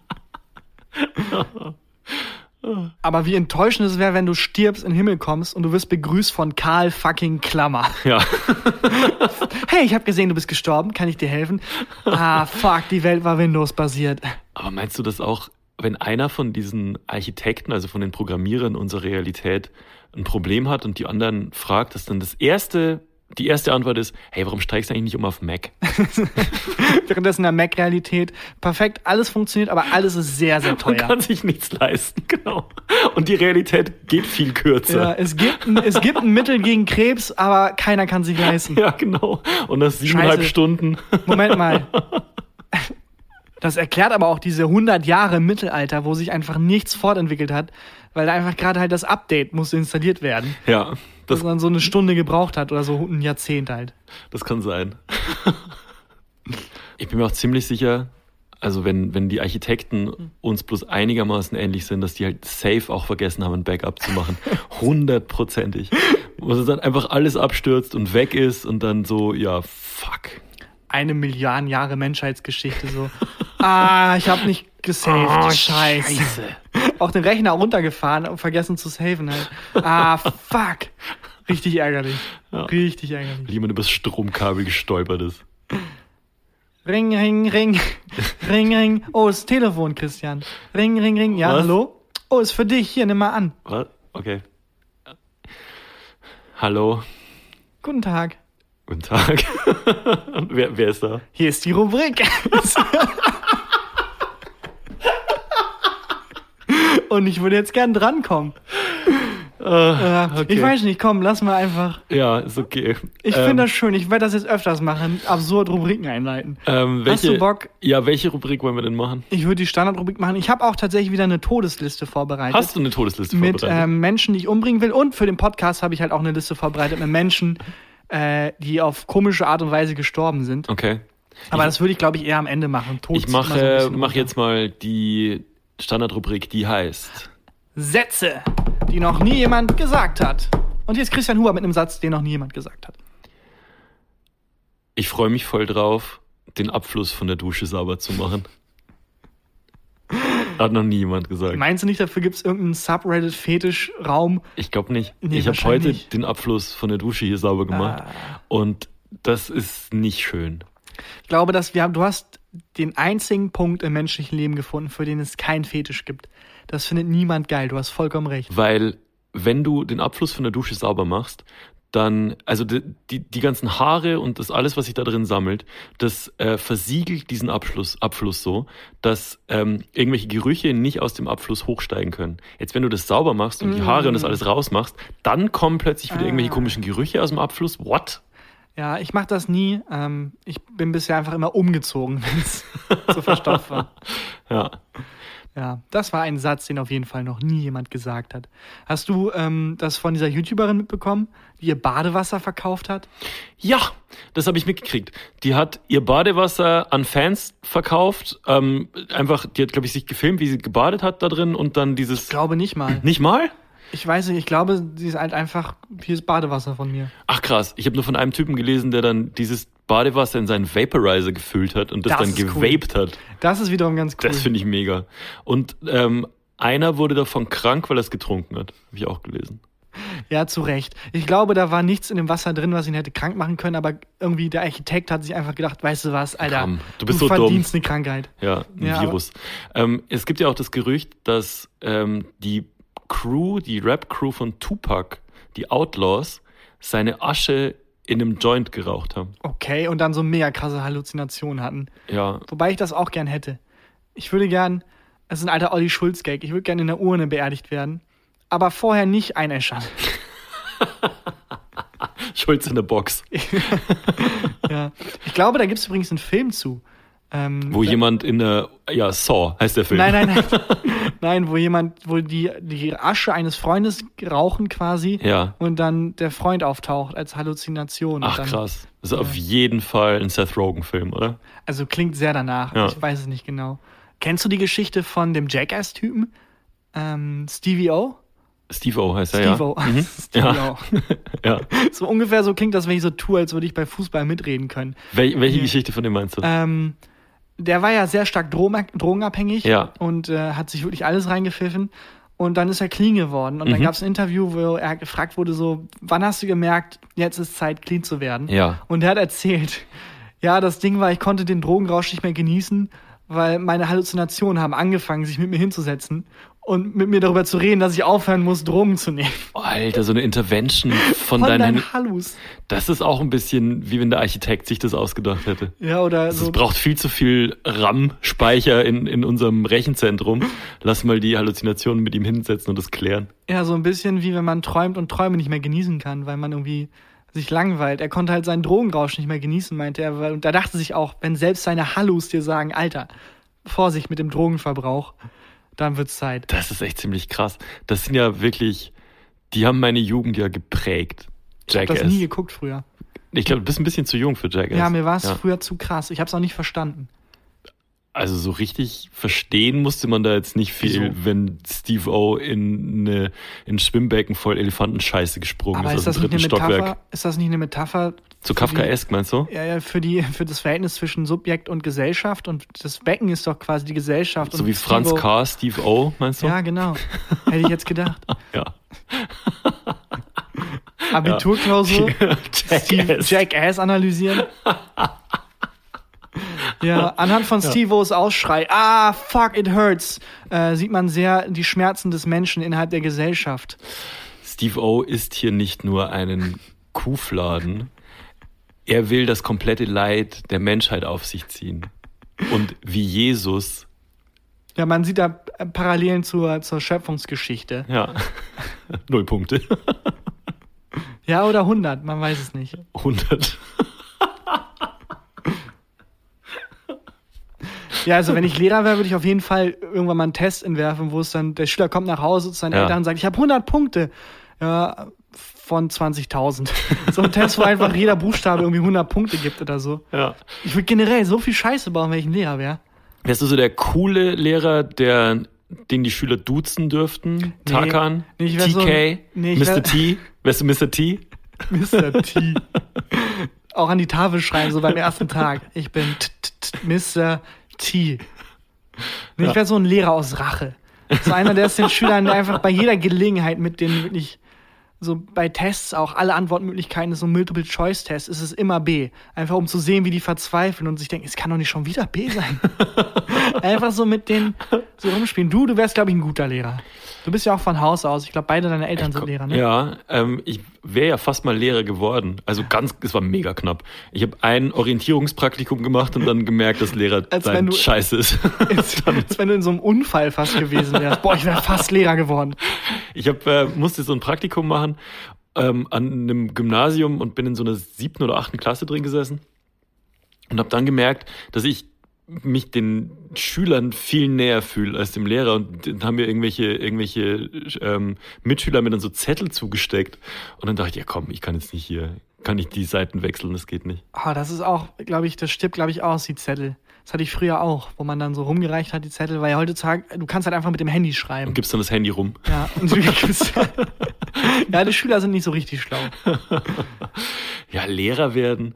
Aber wie enttäuschend es wäre, wenn du stirbst, in den Himmel kommst und du wirst begrüßt von Karl fucking Klammer. Ja. Hey, ich habe gesehen, du bist gestorben. Kann ich dir helfen? Ah, fuck, die Welt war Windows-basiert. Aber meinst du das auch, wenn einer von diesen Architekten, also von den Programmierern unserer Realität, ein Problem hat und die anderen fragt, dass dann das erste, die erste Antwort ist, hey, warum steigst du eigentlich nicht um auf Mac? Währenddessen in der Mac-Realität perfekt, alles funktioniert, aber alles ist sehr, sehr Man teuer. kann sich nichts leisten, genau. Und die Realität geht viel Ja, kürzer. es gibt, ein, es gibt ein Mittel gegen Krebs, aber keiner kann sich leisten. Ja, genau. Und das siebeneinhalb Scheiße. Stunden. Moment mal. Das erklärt aber auch diese hundert Jahre im Mittelalter, wo sich einfach nichts fortentwickelt hat, weil da einfach gerade halt das Update musste installiert werden, Ja, das das, dann so eine Stunde gebraucht hat oder so ein Jahrzehnt halt. das kann sein. Ich bin mir auch ziemlich sicher, also wenn, wenn die Architekten uns bloß einigermaßen ähnlich sind, dass die halt safe auch vergessen haben, ein Backup zu machen. Hundertprozentig. Wo es dann einfach alles abstürzt und weg ist und dann so, ja, fuck. Eine Milliarden Jahre Menschheitsgeschichte so. Ah, ich habe nicht gesaved. Oh, Scheiße. Scheiße. Auch den Rechner runtergefahren und vergessen zu saven halt. Ah, fuck. Richtig ärgerlich. Ja. Richtig ärgerlich. Weil jemand übers Stromkabel gestolpert ist. Ring, ring, ring. Ring, ring. Oh, ist Telefon, Christian. Ring, ring, ring. Ja, Was? hallo? Oh, ist für dich. Hier, nimm mal an. Was? Okay. Hallo. Guten Tag. Guten Tag. wer, wer ist da? Hier ist die Rubrik. Und ich würde jetzt gern drankommen. Ah, Äh, Ich weiß nicht, komm, lass mal einfach. Ja, ist okay. Ich Ähm, finde das schön. Ich werde das jetzt öfters machen. Absurd Rubriken einleiten. Ähm, welche, Hast du Bock? Ja, welche Rubrik wollen wir denn machen? Ich würde die Standardrubrik machen. Ich habe auch tatsächlich wieder eine Todesliste vorbereitet. Hast du eine Todesliste mit vorbereitet? ähm, Menschen, die ich umbringen will. Und für den Podcast habe ich halt auch eine Liste vorbereitet mit Menschen, äh, die auf komische Art und Weise gestorben sind. Okay. Aber ich, das würde ich, glaube ich, eher am Ende machen. Tod ich zieht immer so ein mache bisschen mach runter. jetzt mal die Standardrubrik, die heißt... Sätze, die noch nie jemand gesagt hat. Und hier ist Christian Huber mit einem Satz, den noch nie jemand gesagt hat. Ich freue mich voll drauf, den Abfluss von der Dusche sauber zu machen. Hat noch nie jemand gesagt. Meinst du nicht, dafür gibt es irgendeinen Subreddit-Fetisch-Raum? Ich glaube nicht. Nee, ich habe wahrscheinlich heute nicht. den Abfluss von der Dusche hier sauber gemacht. Ah. Und das ist nicht schön. Ich glaube, dass wir haben, du hast den einzigen Punkt im menschlichen Leben gefunden, für den es keinen Fetisch gibt. Das findet niemand geil, du hast vollkommen recht. Weil, wenn du den Abfluss von der Dusche sauber machst, dann, also die, die, die ganzen Haare und das alles, was sich da drin sammelt, das äh, versiegelt diesen Abfluss, Abfluss so, dass ähm, irgendwelche Gerüche nicht aus dem Abfluss hochsteigen können. Jetzt, wenn du das sauber machst und die Haare und das alles rausmachst, dann kommen plötzlich wieder Ah. irgendwelche komischen Gerüche aus dem Abfluss. What? Ja, ich mache das nie. Ähm, ich bin bisher einfach immer umgezogen, wenn es so verstopft war. Ja. Ja, das war ein Satz, den auf jeden Fall noch nie jemand gesagt hat. Hast du ähm, das von dieser YouTuberin mitbekommen, die ihr Badewasser verkauft hat? Ja, das habe ich mitgekriegt. Die hat ihr Badewasser an Fans verkauft. Ähm, einfach, die hat, glaube ich, sich gefilmt, wie sie gebadet hat da drin und dann dieses... Ich glaube nicht mal. Nicht mal? Ich weiß nicht, ich glaube, sie ist halt einfach, hier ist Badewasser von mir. Ach krass, ich habe nur von einem Typen gelesen, der dann dieses Badewasser in seinen Vaporizer gefüllt hat und das, das dann gewaped cool. hat. Das ist wiederum ganz cool. Das finde ich mega. Und ähm, einer wurde davon krank, weil er es getrunken hat. Habe ich auch gelesen. Ja, zu Recht. Ich glaube, da war nichts in dem Wasser drin, was ihn hätte krank machen können, aber irgendwie der Architekt hat sich einfach gedacht, weißt du was, Alter, Komm, du, bist du so verdienst dumm. eine Krankheit. Ja, ein ja, Virus. Ähm, es gibt ja auch das Gerücht, dass ähm, die Crew, die Rap-Crew von Tupac, die Outlaws, seine Asche in einem Joint geraucht haben. Okay, und dann so mega krasse Halluzinationen hatten. Ja. Wobei ich das auch gern hätte. Ich würde gern, das ist ein alter Olli Schulz-Gag, ich würde gern in der Urne beerdigt werden, aber vorher nicht einäschern. Schulz in der Box. Ja. Ich glaube, da gibt es übrigens einen Film zu. Ähm, wo jemand in der, ja, Saw heißt der Film. Nein, nein, nein. Nein, wo jemand, wo die, die Asche eines Freundes rauchen quasi ja. und dann der Freund auftaucht als Halluzination. Ach dann, krass. Das ist ja. auf jeden Fall ein Seth Rogen-Film, oder? Also klingt sehr danach. Ja. Ich weiß es nicht genau. Kennst du die Geschichte von dem Jackass-Typen? Ähm, Stevie O? Steve-O heißt er, Steve-O. ja. Mhm. Stevie-O. Ja. So ungefähr so klingt das, wenn ich so tue, als würde ich bei Fußball mitreden können. Wel- welche ja. Geschichte von dem meinst du? Ähm, der war ja sehr stark dro- drogenabhängig ja. und äh, hat sich wirklich alles reingepfiffen. Und dann ist er clean geworden. Und mhm. dann gab es ein Interview, wo er gefragt wurde, so, wann hast du gemerkt, jetzt ist Zeit, clean zu werden? Ja. Und er hat erzählt, ja, das Ding war, ich konnte den Drogenrausch nicht mehr genießen, weil meine Halluzinationen haben angefangen, sich mit mir hinzusetzen und mit mir darüber zu reden, dass ich aufhören muss, Drogen zu nehmen. Oh, Alter, so eine Intervention von, von deinen... deinen Hallus. Das ist auch ein bisschen, wie wenn der Architekt sich das ausgedacht hätte. Ja, oder so. Es braucht viel zu viel RAM-Speicher in, in unserem Rechenzentrum. Lass mal die Halluzinationen mit ihm hinsetzen und das klären. Ja, so ein bisschen wie wenn man träumt und Träume nicht mehr genießen kann, weil man irgendwie sich langweilt. Er konnte halt seinen Drogenrausch nicht mehr genießen, meinte er. Und da dachte sich auch, wenn selbst seine Hallus dir sagen, Alter, Vorsicht mit dem Drogenverbrauch, dann wird's Zeit. Das ist echt ziemlich krass. Das sind ja wirklich, die haben meine Jugend ja geprägt. Ich habe das nie geguckt früher. Ich glaube, du bist ein bisschen zu jung für Jackass. Ja, mir war es ja. früher zu krass. Ich habe es auch nicht verstanden. Also so richtig verstehen musste man da jetzt nicht viel, Wieso? Wenn Steve-O in, eine, in ein Schwimmbecken voll Elefantenscheiße gesprungen Aber ist, ist aus das dem nicht dritten eine Metapher? Stockwerk. Ist das nicht eine Metapher? Zu Kafkaesk, meinst du? Ja, ja, für, die, für das Verhältnis zwischen Subjekt und Gesellschaft. Und das Becken ist doch quasi die Gesellschaft. So und wie Franz Steve-O. K., Steve-O, meinst du? Ja, genau. Hätte ich jetzt gedacht. Ja. Abiturklausur, Steve Jackass analysieren. Ja, anhand von ja. Steve-O's Ausschrei, ah, fuck, it hurts, äh, sieht man sehr die Schmerzen des Menschen innerhalb der Gesellschaft. Steve-O isst hier nicht nur einen Kuhfladen, er will das komplette Leid der Menschheit auf sich ziehen. Und wie Jesus... Ja, man sieht da Parallelen zur, zur Schöpfungsgeschichte. Ja, null Punkte. Ja, oder hundert, man weiß es nicht. hundert. Ja, also wenn ich Lehrer wäre, würde ich auf jeden Fall irgendwann mal einen Test entwerfen, wo es dann, der Schüler kommt nach Hause zu seinen ja. Eltern und sagt, ich habe hundert Punkte. Ja, von zwanzigtausend. So ein Test, wo einfach jeder Buchstabe irgendwie hundert Punkte gibt oder so. Ja. Ich würde generell so viel Scheiße bauen, wenn ich ein Lehrer wäre. Wärst du so der coole Lehrer, der, den die Schüler duzen dürften? Nee, Tarkan? Nee, T K? So, nee, Mister T? Wärst du Mister T? Mister T. Auch an die Tafel schreiben, so beim ersten Tag. Ich bin Mister T. Nee, ja. Ich wäre so ein Lehrer aus Rache. So einer, der es den Schülern einfach bei jeder Gelegenheit mit den wirklich so bei Tests auch alle Antwortmöglichkeiten, so Multiple-Choice-Test, ist es immer B. Einfach um zu sehen, wie die verzweifeln und sich denken, es kann doch nicht schon wieder B sein. Einfach so mit denen so rumspielen. Du, du wärst, glaube ich, ein guter Lehrer. Du bist ja auch von Haus aus. Ich glaube, beide deine Eltern sind Lehrer, ne? Ja, ähm, ich wäre ja fast mal Lehrer geworden. Also ganz, es war mega knapp. Ich habe ein Orientierungspraktikum gemacht und dann gemerkt, dass Lehrer sein scheiße ist. Als, als wenn du in so einem Unfall fast gewesen wärst. Boah, ich wäre fast Lehrer geworden. Ich hab, äh, musste so ein Praktikum machen ähm, an einem Gymnasium und bin in so einer siebten oder achten Klasse drin gesessen und habe dann gemerkt, dass ich mich den Schülern viel näher fühle als dem Lehrer und dann haben mir irgendwelche irgendwelche ähm, Mitschüler mir dann so Zettel zugesteckt und dann dachte ich, ja komm, ich kann jetzt nicht hier, kann ich die Seiten wechseln, das geht nicht. Ah, oh, das ist auch, glaube ich, das stirbt, glaube ich, aus, die Zettel. Das hatte ich früher auch, wo man dann so rumgereicht hat, die Zettel, weil ja heutzutage, du kannst halt einfach mit dem Handy schreiben. Und gibst dann das Handy rum. Ja, und du gibst, ja, die Schüler sind nicht so richtig schlau. Ja, Lehrer werden.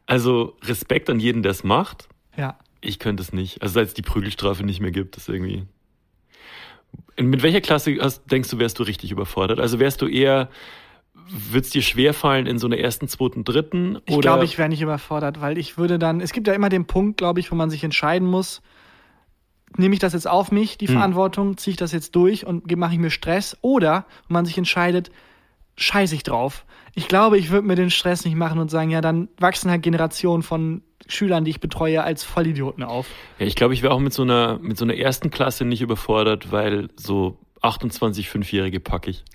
Also Respekt an jeden, der es macht. Ja. Ich könnte es nicht. Also seit es die Prügelstrafe nicht mehr gibt, ist irgendwie... Mit welcher Klasse hast, denkst du, wärst du richtig überfordert? Also wärst du eher... Wird es dir schwerfallen in so einer ersten, zweiten, dritten? Ich glaube, ich wäre nicht überfordert, weil ich würde dann, es gibt ja immer den Punkt, glaube ich, wo man sich entscheiden muss, nehme ich das jetzt auf mich, die hm. Verantwortung, ziehe ich das jetzt durch und mache ich mir Stress? Oder wo man sich entscheidet, scheiße ich drauf. Ich glaube, ich würde mir den Stress nicht machen und sagen, ja, dann wachsen halt Generationen von Schülern, die ich betreue, als Vollidioten auf. Ja, ich glaube, ich wäre auch mit so einer, mit so einer ersten Klasse nicht überfordert, weil so achtundzwanzig Fünfjährige packe ich.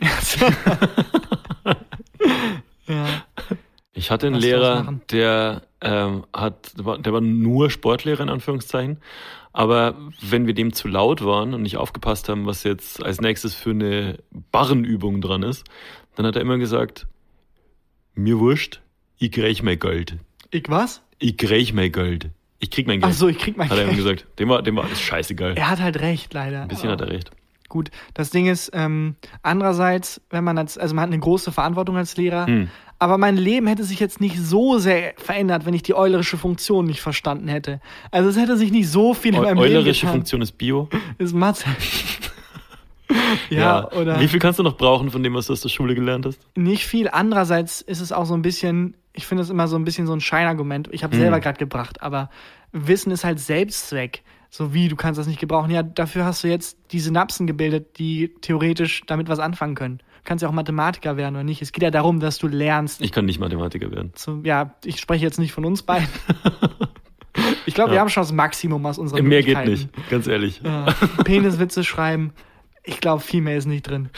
Ja. Ich hatte einen Was Lehrer, der ähm, hat, der war, der war nur Sportlehrer in Anführungszeichen, aber wenn wir dem zu laut waren und nicht aufgepasst haben, was jetzt als nächstes für eine Barrenübung dran ist, dann hat er immer gesagt, mir wurscht, ich krieg mein Geld. Ich was? Ich krieg mein Geld. Ich krieg mein Geld. Ach so, ich krieg mein Geld. Hat er Geld. immer gesagt. Dem war, dem war alles scheißegal. Er hat halt recht, leider. Ein bisschen oh. hat er recht. Gut, das Ding ist, ähm, andererseits, wenn man als, also man hat eine große Verantwortung als Lehrer, hm. aber mein Leben hätte sich jetzt nicht so sehr verändert, wenn ich die eulerische Funktion nicht verstanden hätte. Also es hätte sich nicht so viel in meinem Eu- Leben Eulerische getan. Funktion ist Bio? Ist Mathe. ja, ja, oder... Wie viel kannst du noch brauchen von dem, was du aus der Schule gelernt hast? Nicht viel. Andererseits ist es auch so ein bisschen, ich finde es immer so ein bisschen so ein Scheinargument. Ich habe es hm. selber gerade gebracht, aber Wissen ist halt Selbstzweck. So wie, du kannst das nicht gebrauchen. Ja, dafür hast du jetzt die Synapsen gebildet, die theoretisch damit was anfangen können. Du kannst ja auch Mathematiker werden oder nicht. Es geht ja darum, dass du lernst. Ich kann nicht Mathematiker werden. Zu, ja, ich spreche jetzt nicht von uns beiden. Ich glaube, ja. wir haben schon das Maximum aus unserer Mehr Möglichkeiten. Mehr geht nicht, ganz ehrlich. Ja, Peniswitze schreiben. Ich glaube, viel mehr ist nicht drin.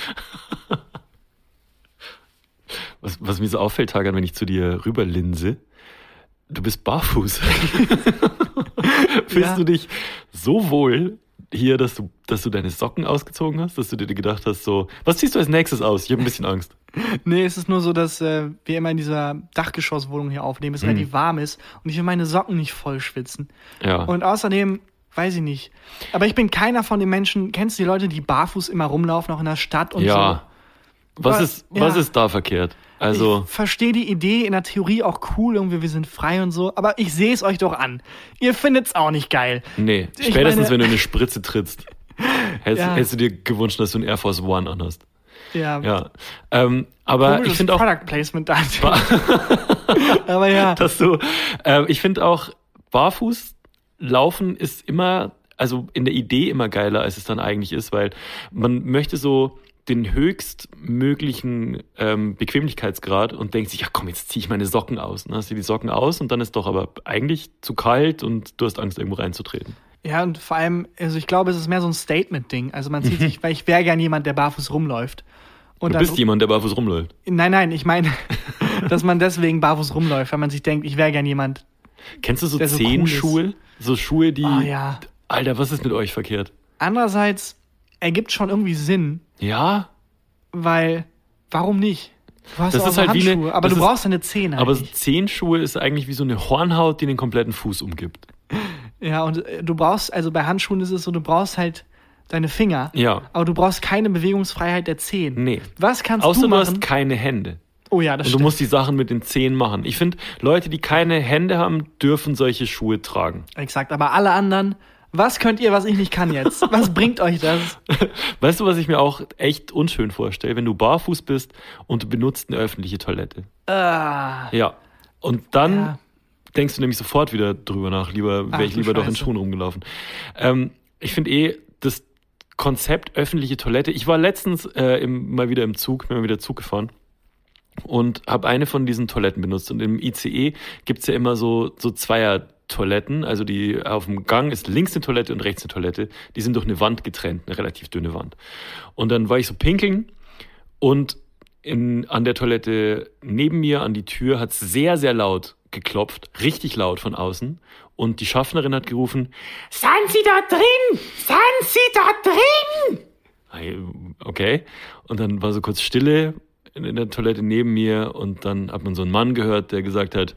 Was, was mir so auffällt, Tagan, wenn ich zu dir rüberlinse, du bist barfuß. Fühlst ja. du dich so wohl hier, dass du, dass du deine Socken ausgezogen hast, dass du dir gedacht hast, so, was ziehst du als nächstes aus? Ich habe ein bisschen Angst. Nee, es ist nur so, dass äh, wir immer in dieser Dachgeschosswohnung hier aufnehmen, es mm. relativ warm ist und ich will meine Socken nicht voll schwitzen. Ja. Und außerdem, weiß ich nicht, aber ich bin keiner von den Menschen, kennst du die Leute, die barfuß immer rumlaufen, auch in der Stadt und ja. so? Ja. Was aber, ist, was ja. ist da verkehrt? Also, ich verstehe die Idee in der Theorie auch cool, irgendwie wir sind frei und so, aber ich sehe es euch doch an. Ihr findet's auch nicht geil. Nee, ich spätestens meine, wenn du eine Spritze trittst, hättest, ja. hättest du dir gewünscht, dass du einen Air Force One anhast. Ja. ja. Ähm, aber Komisches ich finde auch Product Placement da. Aber ja. Dass du, äh, ich finde auch, barfuß laufen ist immer, also in der Idee immer geiler, als es dann eigentlich ist, weil man möchte so den höchstmöglichen ähm, Bequemlichkeitsgrad und denkt sich, ja komm, jetzt ziehe ich meine Socken aus. Dann hast du die Socken aus und dann ist doch aber eigentlich zu kalt und du hast Angst, irgendwo reinzutreten. Ja, und vor allem, also ich glaube, es ist mehr so ein Statement-Ding. Also man zieht sich, weil ich wäre gern jemand, der barfuß rumläuft. Und du bist dann, jemand, der barfuß rumläuft? Nein, nein, ich meine, dass man deswegen barfuß rumläuft, weil man sich denkt, ich wäre gern jemand. Kennst du so Zehenschuhe? So, so Schuhe, die... Oh ja. Alter, was ist mit euch verkehrt? Andererseits ergibt schon irgendwie Sinn. Ja? Weil, warum nicht? Du hast das auch ist so halt Handschuhe, wie eine, aber du ist, brauchst deine Zehen Aber eigentlich. Zehenschuhe ist eigentlich wie so eine Hornhaut, die den kompletten Fuß umgibt. Ja, und du brauchst, also bei Handschuhen ist es so, du brauchst halt deine Finger. Ja. Aber du brauchst keine Bewegungsfreiheit der Zehen. Nee. Was kannst Außer du machen? Außer du hast keine Hände. Oh ja, das Und stimmt. du musst die Sachen mit den Zehen machen. Ich finde, Leute, die keine Hände haben, dürfen solche Schuhe tragen. Exakt, aber alle anderen, was könnt ihr, was ich nicht kann jetzt? Was bringt euch das? Weißt du, was ich mir auch echt unschön vorstelle? Wenn du barfuß bist und du benutzt eine öffentliche Toilette. Ah. Ja. Und dann Ja. denkst du nämlich sofort wieder drüber nach. Lieber wäre ich Ach, lieber du doch in Scheiße. Schuhen rumgelaufen. Ähm, ich finde eh, das Konzept öffentliche Toilette. Ich war letztens äh, im, mal wieder im Zug, bin mal wieder Zug gefahren. Und habe eine von diesen Toiletten benutzt. Und im I C E gibt's ja immer so, so Zweier-Toiletten. Also die auf dem Gang ist links eine Toilette und rechts eine Toilette. Die sind durch eine Wand getrennt, eine relativ dünne Wand. Und dann war ich so pinkeln und in, an der Toilette neben mir an die Tür hat's sehr, sehr laut geklopft. Richtig laut von außen. Und die Schaffnerin hat gerufen, sind Sie da drin? Sind Sie da drin? Okay. Und dann war so kurz Stille in der Toilette neben mir und dann hat man so einen Mann gehört, der gesagt hat,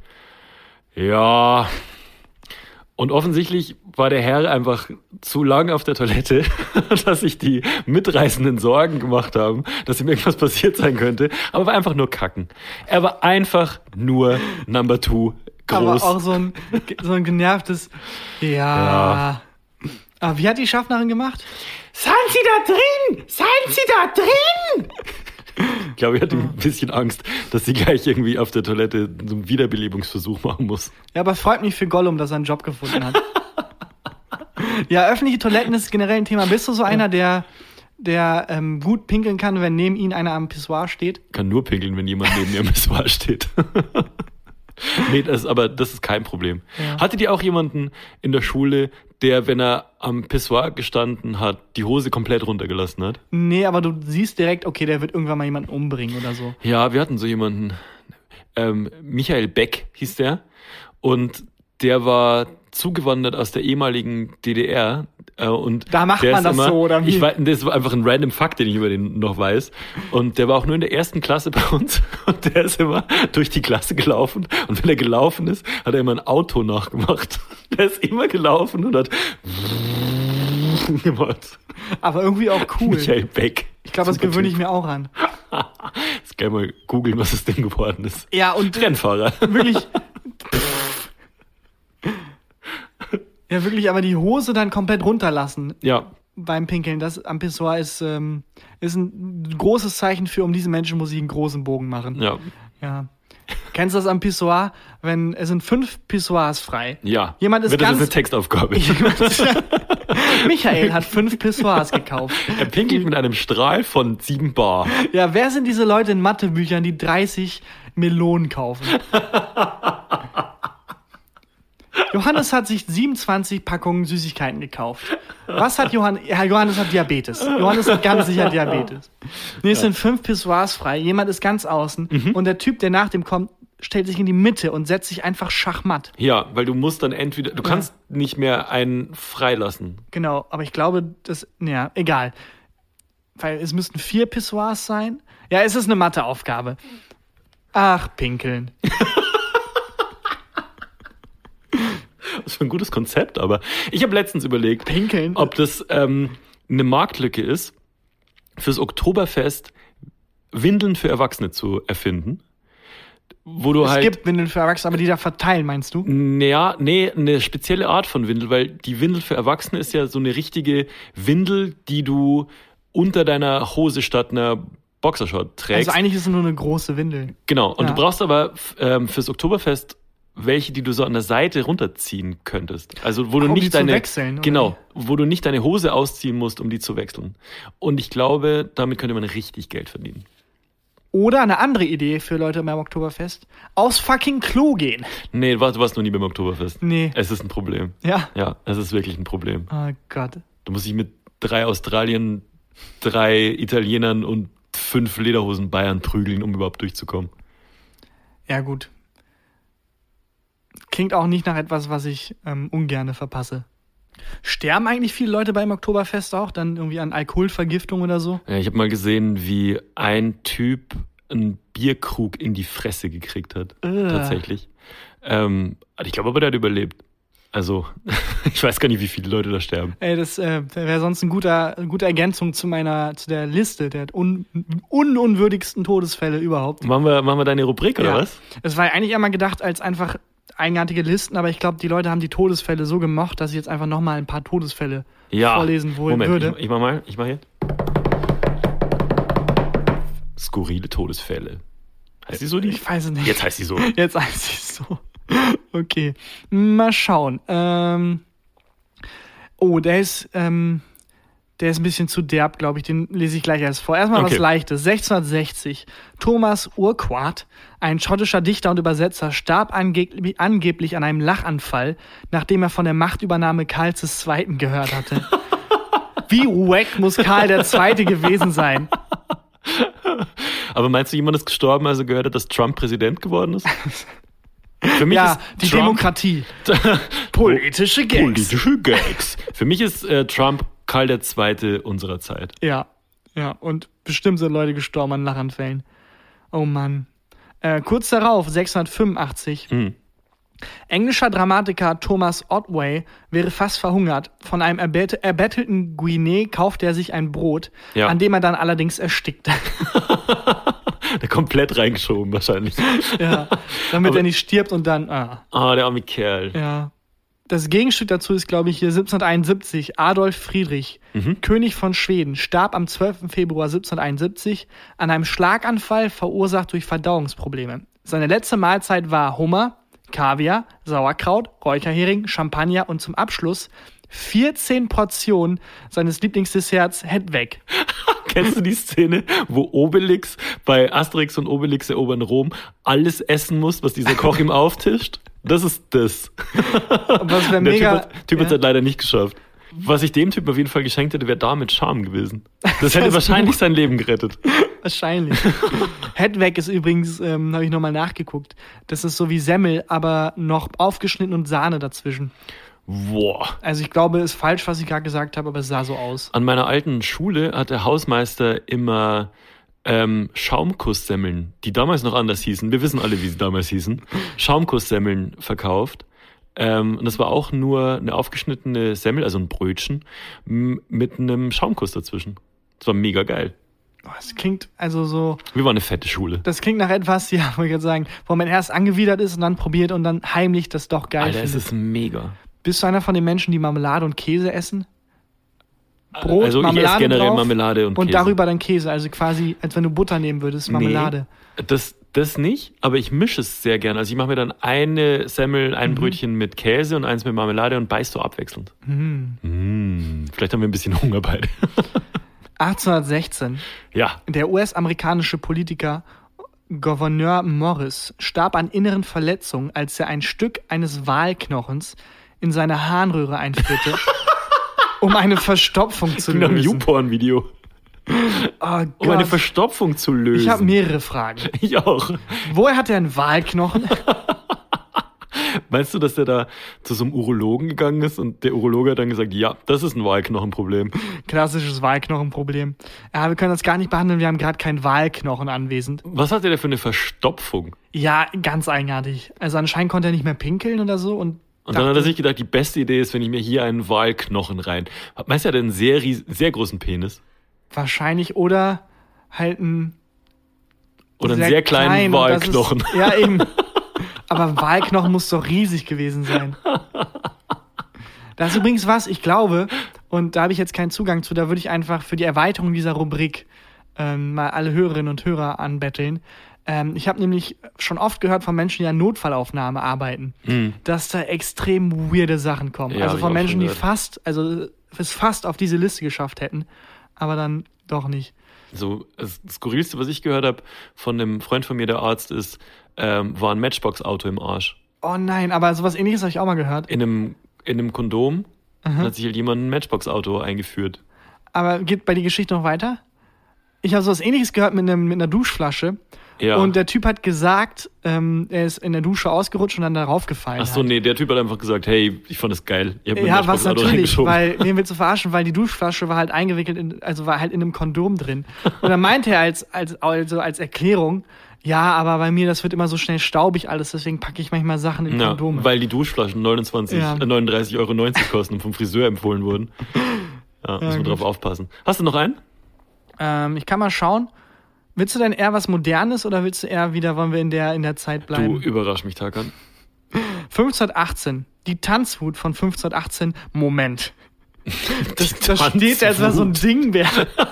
ja. Und offensichtlich war der Herr einfach zu lang auf der Toilette, dass sich die Mitreisenden Sorgen gemacht haben, dass ihm irgendwas passiert sein könnte, aber war einfach nur kacken. Er war einfach nur Number Two groß. Aber auch so ein, so ein genervtes, ja. ja. Aber wie hat die Schaffnerin gemacht? Seien Sie da drin! Seien Sie da drin! Ich glaube, ich hatte ein bisschen Angst, dass sie gleich irgendwie auf der Toilette so einen Wiederbelebungsversuch machen muss. Ja, aber freut mich für Gollum, dass er einen Job gefunden hat. Ja, öffentliche Toiletten ist generell ein Thema. Bist du so einer, der, der ähm, gut pinkeln kann, wenn neben ihm einer am Pissoir steht? Kann nur pinkeln, wenn jemand neben mir am Pissoir steht. Nee, das, aber das ist kein Problem. Ja. Hattet ihr auch jemanden in der Schule, der, wenn er am Pissoir gestanden hat, die Hose komplett runtergelassen hat? Nee, aber du siehst direkt, okay, der wird irgendwann mal jemanden umbringen oder so. Ja, wir hatten so jemanden. Ähm, Michael Beck hieß der. Und der war zugewandert aus der ehemaligen D D R. Äh, und da macht man das immer, so, oder wie? Ich weiß, das war einfach ein random Fakt, den ich über den noch weiß. Und der war auch nur in der ersten Klasse bei uns. Und der ist immer durch die Klasse gelaufen. Und wenn er gelaufen ist, hat er immer ein Auto nachgemacht. Der ist immer gelaufen und hat gemacht. Aber irgendwie auch cool. Michael Beck. Ich glaube, das gewöhne ich mir auch an. Jetzt gerne mal googeln, was aus dem geworden ist. Ja, und Rennfahrer. Wirklich. Ja, wirklich, aber die Hose dann komplett runterlassen. Ja. Beim Pinkeln. Das am Pissoir ist, ähm, ist ein großes Zeichen für, um diese Menschen muss ich einen großen Bogen machen. Ja. Ja. Kennst du das am Pissoir? Wenn, es sind fünf Pissoirs frei. Ja. Jemand ist Wird ganz... Das ist eine Textaufgabe. Michael hat fünf Pissoirs gekauft. Er pinkelt mit einem Strahl von sieben Bar. Ja, wer sind diese Leute in Mathebüchern, die dreißig Melonen kaufen? Johannes hat sich siebenundzwanzig Packungen Süßigkeiten gekauft. Was hat Johannes? Ja, Johannes hat Diabetes. Johannes hat ganz sicher Diabetes. Nee, es ja. sind fünf Pissoirs frei. Jemand ist ganz außen. Mhm. Und der Typ, der nach dem kommt, stellt sich in die Mitte und setzt sich einfach schachmatt. Ja, weil du musst dann entweder, du kannst ja. nicht mehr einen freilassen. Genau, aber ich glaube, das, ja, egal. Weil es müssten vier Pissoirs sein. Ja, es ist eine Matheaufgabe. Ach, pinkeln. Das ist ein gutes Konzept, aber ich habe letztens überlegt, Pinkeln. ob das ähm, eine Marktlücke ist, fürs Oktoberfest Windeln für Erwachsene zu erfinden. Wo du es halt, gibt Windeln für Erwachsene, aber die da verteilen, meinst du? Naja, nee, eine spezielle Art von Windel, weil die Windel für Erwachsene ist ja so eine richtige Windel, die du unter deiner Hose statt einer Boxershort trägst. Also eigentlich ist es nur eine große Windel. Genau, und ja. du brauchst aber ähm, fürs Oktoberfest welche, die du so an der Seite runterziehen könntest. Also wo Ach, du um nicht die deine zu wechseln, genau, oder? Wo du nicht deine Hose ausziehen musst, um die zu wechseln. Und ich glaube, damit könnte man richtig Geld verdienen. Oder eine andere Idee für Leute beim Oktoberfest: Aus fucking Klo gehen. Nee, du warst, du warst noch nie beim Oktoberfest. Nee. Es ist ein Problem. Ja. Ja, es ist wirklich ein Problem. Oh Gott. Du musst dich mit drei Australien, drei Italienern und fünf Lederhosen Bayern prügeln, um überhaupt durchzukommen. Ja, gut. Klingt auch nicht nach etwas, was ich ähm, ungerne verpasse. Sterben eigentlich viele Leute beim Oktoberfest auch? Dann irgendwie an Alkoholvergiftung oder so? Ja, ich habe mal gesehen, wie ein Typ einen Bierkrug in die Fresse gekriegt hat. Ugh. Tatsächlich. Ähm, ich glaube aber, der hat überlebt. Also, ich weiß gar nicht, wie viele Leute da sterben. Ey, das äh, wäre sonst ein guter, eine gute Ergänzung zu meiner, zu der Liste der un, ununwürdigsten Todesfälle überhaupt. Machen wir, machen wir deine Rubrik, oder ja. was? Es war eigentlich einmal gedacht als einfach eigenartige Listen, aber ich glaube, die Leute haben die Todesfälle so gemocht, dass ich jetzt einfach nochmal ein paar Todesfälle ja. vorlesen wollen Moment, würde. Ich, ich mach mal, ich mach hier. Skurrile Todesfälle. Heißt die so? Die? Ich weiß es nicht. Jetzt heißt die so. Jetzt heißt sie so. Okay. Mal schauen. Ähm oh, der ist, ähm, der ist ein bisschen zu derb, glaube ich. Den lese ich gleich erst vor. Erstmal okay. was Leichtes. sechzehnhundertsechzig. Thomas Urquhart, ein schottischer Dichter und Übersetzer, starb angeb- angeblich an einem Lachanfall, nachdem er von der Machtübernahme Karls des Zweiten gehört hatte. Wie wack muss Karl der Zweite gewesen sein? Aber meinst du, jemand ist gestorben, also gehört hat, dass Trump Präsident geworden ist? Für mich ja, ist die Trump Demokratie. Politische Gags. Politische Gags. Für mich ist äh, Trump Karl der Zweite unserer Zeit. Ja, ja. Und bestimmt sind Leute gestorben an Lachanfällen. Oh Mann. Äh, kurz darauf, sechzehnhundertfünfundachtzig. Hm. Englischer Dramatiker Thomas Otway wäre fast verhungert. Von einem erbett- erbettelten Guinea kaufte er sich ein Brot, ja. an dem er dann allerdings erstickte. Der komplett reingeschoben wahrscheinlich. Ja, damit Aber, er nicht stirbt und dann, ah. Ah, der arme Kerl. Ja. Das Gegenstück dazu ist, glaube ich, hier siebzehnhunderteinundsiebzig. Adolf Friedrich, mhm. König von Schweden, starb am zwölften Februar siebzehnhunderteinundsiebzig an einem Schlaganfall verursacht durch Verdauungsprobleme. Seine letzte Mahlzeit war Hummer, Kaviar, Sauerkraut, Räucherhering, Champagner und zum Abschluss vierzehn Portionen seines Lieblingsdesserts Hedwig. Kennst du die Szene, wo Obelix bei Asterix und Obelix erobern Rom alles essen muss, was dieser Koch ihm auftischt? Das ist das. Was Der mega, Typ hat, typ ja. hat es halt leider nicht geschafft. Was ich dem Typ auf jeden Fall geschenkt hätte, wäre damit Charme gewesen. Das hätte das wahrscheinlich Buch. sein Leben gerettet. Wahrscheinlich. Hedwig ist übrigens, ähm, habe ich nochmal nachgeguckt, das ist so wie Semmel, aber noch aufgeschnitten und Sahne dazwischen. Boah. Also ich glaube, ist falsch, was ich gerade gesagt habe, aber es sah so aus. An meiner alten Schule hat der Hausmeister immer ähm, Schaumkusssemmeln, die damals noch anders hießen, wir wissen alle, wie sie damals hießen, Schaumkusssemmeln verkauft. Ähm, und das war auch nur eine aufgeschnittene Semmel, also ein Brötchen, m- mit einem Schaumkuss dazwischen. Das war mega geil. Das klingt also so... Wir waren eine fette Schule. Das klingt nach etwas, ja, wollte ich gerade sagen, wo man erst angewidert ist und dann probiert und dann heimlich das doch geil Alter, findet. es ist mega. Bist du einer von den Menschen, die Marmelade und Käse essen? Brot, also Marmelade ich esse generell drauf Marmelade und, und Käse. Und darüber dann Käse, also quasi, als wenn du Butter nehmen würdest, Marmelade. Nee, das, das nicht, aber ich mische es sehr gerne. Also ich mache mir dann eine Semmel, ein mhm. Brötchen mit Käse und eins mit Marmelade und beiß so abwechselnd. Mhm. Mm, vielleicht haben wir ein bisschen Hunger beide. achtzehnhundertsechzehn. Ja. Der U S-amerikanische Politiker Gouverneur Morris starb an inneren Verletzungen, als er ein Stück eines Walknochens in seine Harnröhre einführte, um eine Verstopfung zu lösen. In einem YouPorn-Video. Oh um eine Verstopfung zu lösen. Ich habe mehrere Fragen. Ich auch. Woher hat er einen Walknochen? Meinst du, dass der da zu so einem Urologen gegangen ist und der Urologe hat dann gesagt, ja, das ist ein Walknochenproblem? Klassisches Walknochenproblem. Ja, wir können das gar nicht behandeln, wir haben gerade keinen Walknochen anwesend. Was hat der denn für eine Verstopfung? Ja, ganz eigenartig. Also anscheinend konnte er nicht mehr pinkeln oder so und Und dann hat er sich gedacht, die beste Idee ist, wenn ich mir hier einen Walknochen rein... Meinst du, er hat einen sehr, sehr großen Penis? Wahrscheinlich, oder halt ein... Oder einen sehr, sehr kleinen klein, Walknochen. Ist, ja, eben. Aber ein Walknochen muss doch riesig gewesen sein. Das ist übrigens was, ich glaube, und da habe ich jetzt keinen Zugang zu, da würde ich einfach für die Erweiterung dieser Rubrik ähm, mal alle Hörerinnen und Hörer anbetteln. Ähm, ich habe nämlich schon oft gehört von Menschen, die an Notfallaufnahme arbeiten, mhm. dass da extrem weirde Sachen kommen. Ja, also von Menschen, die fast, also es fast auf diese Liste geschafft hätten, aber dann doch nicht. So, das Skurrilste, was ich gehört habe von einem Freund von mir, der Arzt ist, ähm, war ein Matchbox-Auto im Arsch. Oh nein, aber sowas Ähnliches habe ich auch mal gehört. In einem, in einem Kondom mhm. hat sich halt jemand ein Matchbox-Auto eingeführt. Aber geht bei die Geschichte noch weiter? Ich habe sowas Ähnliches gehört mit, einem, mit einer Duschflasche. Ja. Und der Typ hat gesagt, ähm, er ist in der Dusche ausgerutscht und dann darauf gefallen. Ach so, halt. nee, der Typ hat einfach gesagt, hey, ich fand das geil. Ich hab mir ja, was natürlich, weil, den willst du verarschen, weil die Duschflasche war halt eingewickelt, in, also war halt in einem Kondom drin. Und dann meinte er als, als, also als Erklärung, ja, aber bei mir, das wird immer so schnell staubig alles, deswegen packe ich manchmal Sachen in ja, Kondome. Weil die Duschflaschen neunundzwanzig, ja. äh, neununddreißig Euro neunzig kosten und vom Friseur empfohlen wurden. Ja, ja muss man drauf aufpassen. Hast du noch einen? Ähm, ich kann mal schauen. Willst du denn eher was Modernes oder willst du eher wieder, wollen wir in der, in der Zeit bleiben? Du überrasch mich, Tarkan. fünfzehnhundertachtzehn. Die Tanzwut von fünfzehnhundertachtzehn. Moment. Das, das steht, als wäre so ein Ding wäre.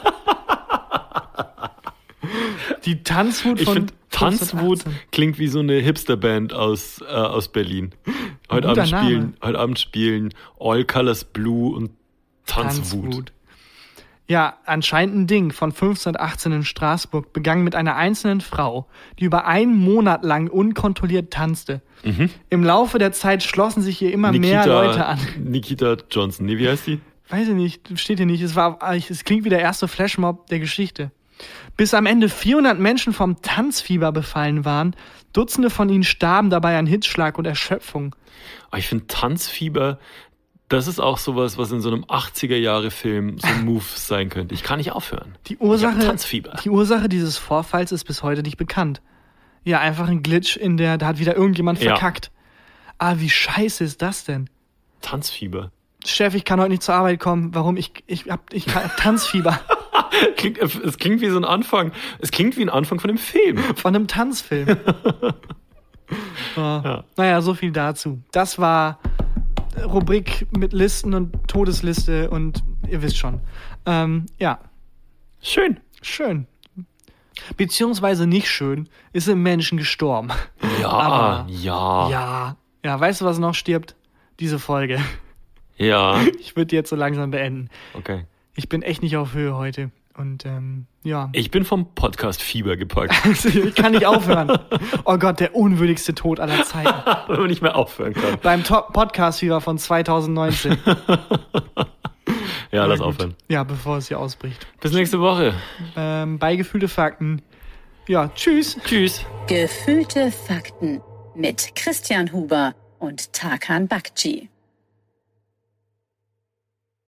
Die Tanzwut von ich find, Tanzwut klingt wie so eine Hipsterband aus, äh, aus Berlin. Heute Abend, spielen, heute Abend spielen All Colors Blue und Tanzwut. Tanzwut. Ja, anscheinend ein Ding von fünfzehnhundertachtzehn in Straßburg, begangen mit einer einzelnen Frau, die über einen Monat lang unkontrolliert tanzte. Mhm. Im Laufe der Zeit schlossen sich ihr immer Nikita, mehr Leute an. Nikita Johnson, nee, wie heißt die? Weiß ich nicht, steht hier nicht. Es, war, es klingt wie der erste Flashmob der Geschichte. Bis am Ende vierhundert Menschen vom Tanzfieber befallen waren, Dutzende von ihnen starben dabei an Hitzschlag und Erschöpfung. Aber ich finde Tanzfieber... Das ist auch sowas, was in so einem achtziger-Jahre-Film so ein Move sein könnte. Ich kann nicht aufhören. Die Ursache, ich hab Tanzfieber. Die Ursache dieses Vorfalls ist bis heute nicht bekannt. Ja, einfach ein Glitch in der, da hat wieder irgendjemand verkackt. Ja. Ah, wie scheiße ist das denn? Tanzfieber. Chef, ich kann heute nicht zur Arbeit kommen. Warum? Ich, ich hab, ich hab Tanzfieber. klingt, es klingt wie so ein Anfang. Es klingt wie ein Anfang von einem Film. Von einem Tanzfilm. oh. ja. Naja, so viel dazu. Das war Rubrik mit Listen und Todesliste und ihr wisst schon. Ähm, ja. Schön. Schön. Beziehungsweise nicht schön, ist ein Menschen gestorben. Ja, Aber, ja. Ja. Ja, weißt du, was noch stirbt? Diese Folge. Ja. Ich würde die jetzt so langsam beenden. Okay. Ich bin echt nicht auf Höhe heute. Und ähm, ja. Ich bin vom Podcast-Fieber gepackt. Ich kann nicht aufhören. Oh Gott, der unwürdigste Tod aller Zeiten. Wenn man nicht mehr aufhören kann. Beim Podcast-Fieber von zwanzig neunzehn. Ja, Aber lass gut. aufhören. Ja, bevor es hier ausbricht. Bis nächste Woche. Ähm, bei Gefühlte Fakten. Ja, tschüss. Tschüss. Gefühlte Fakten mit Christian Huber und Tarkan Bakci.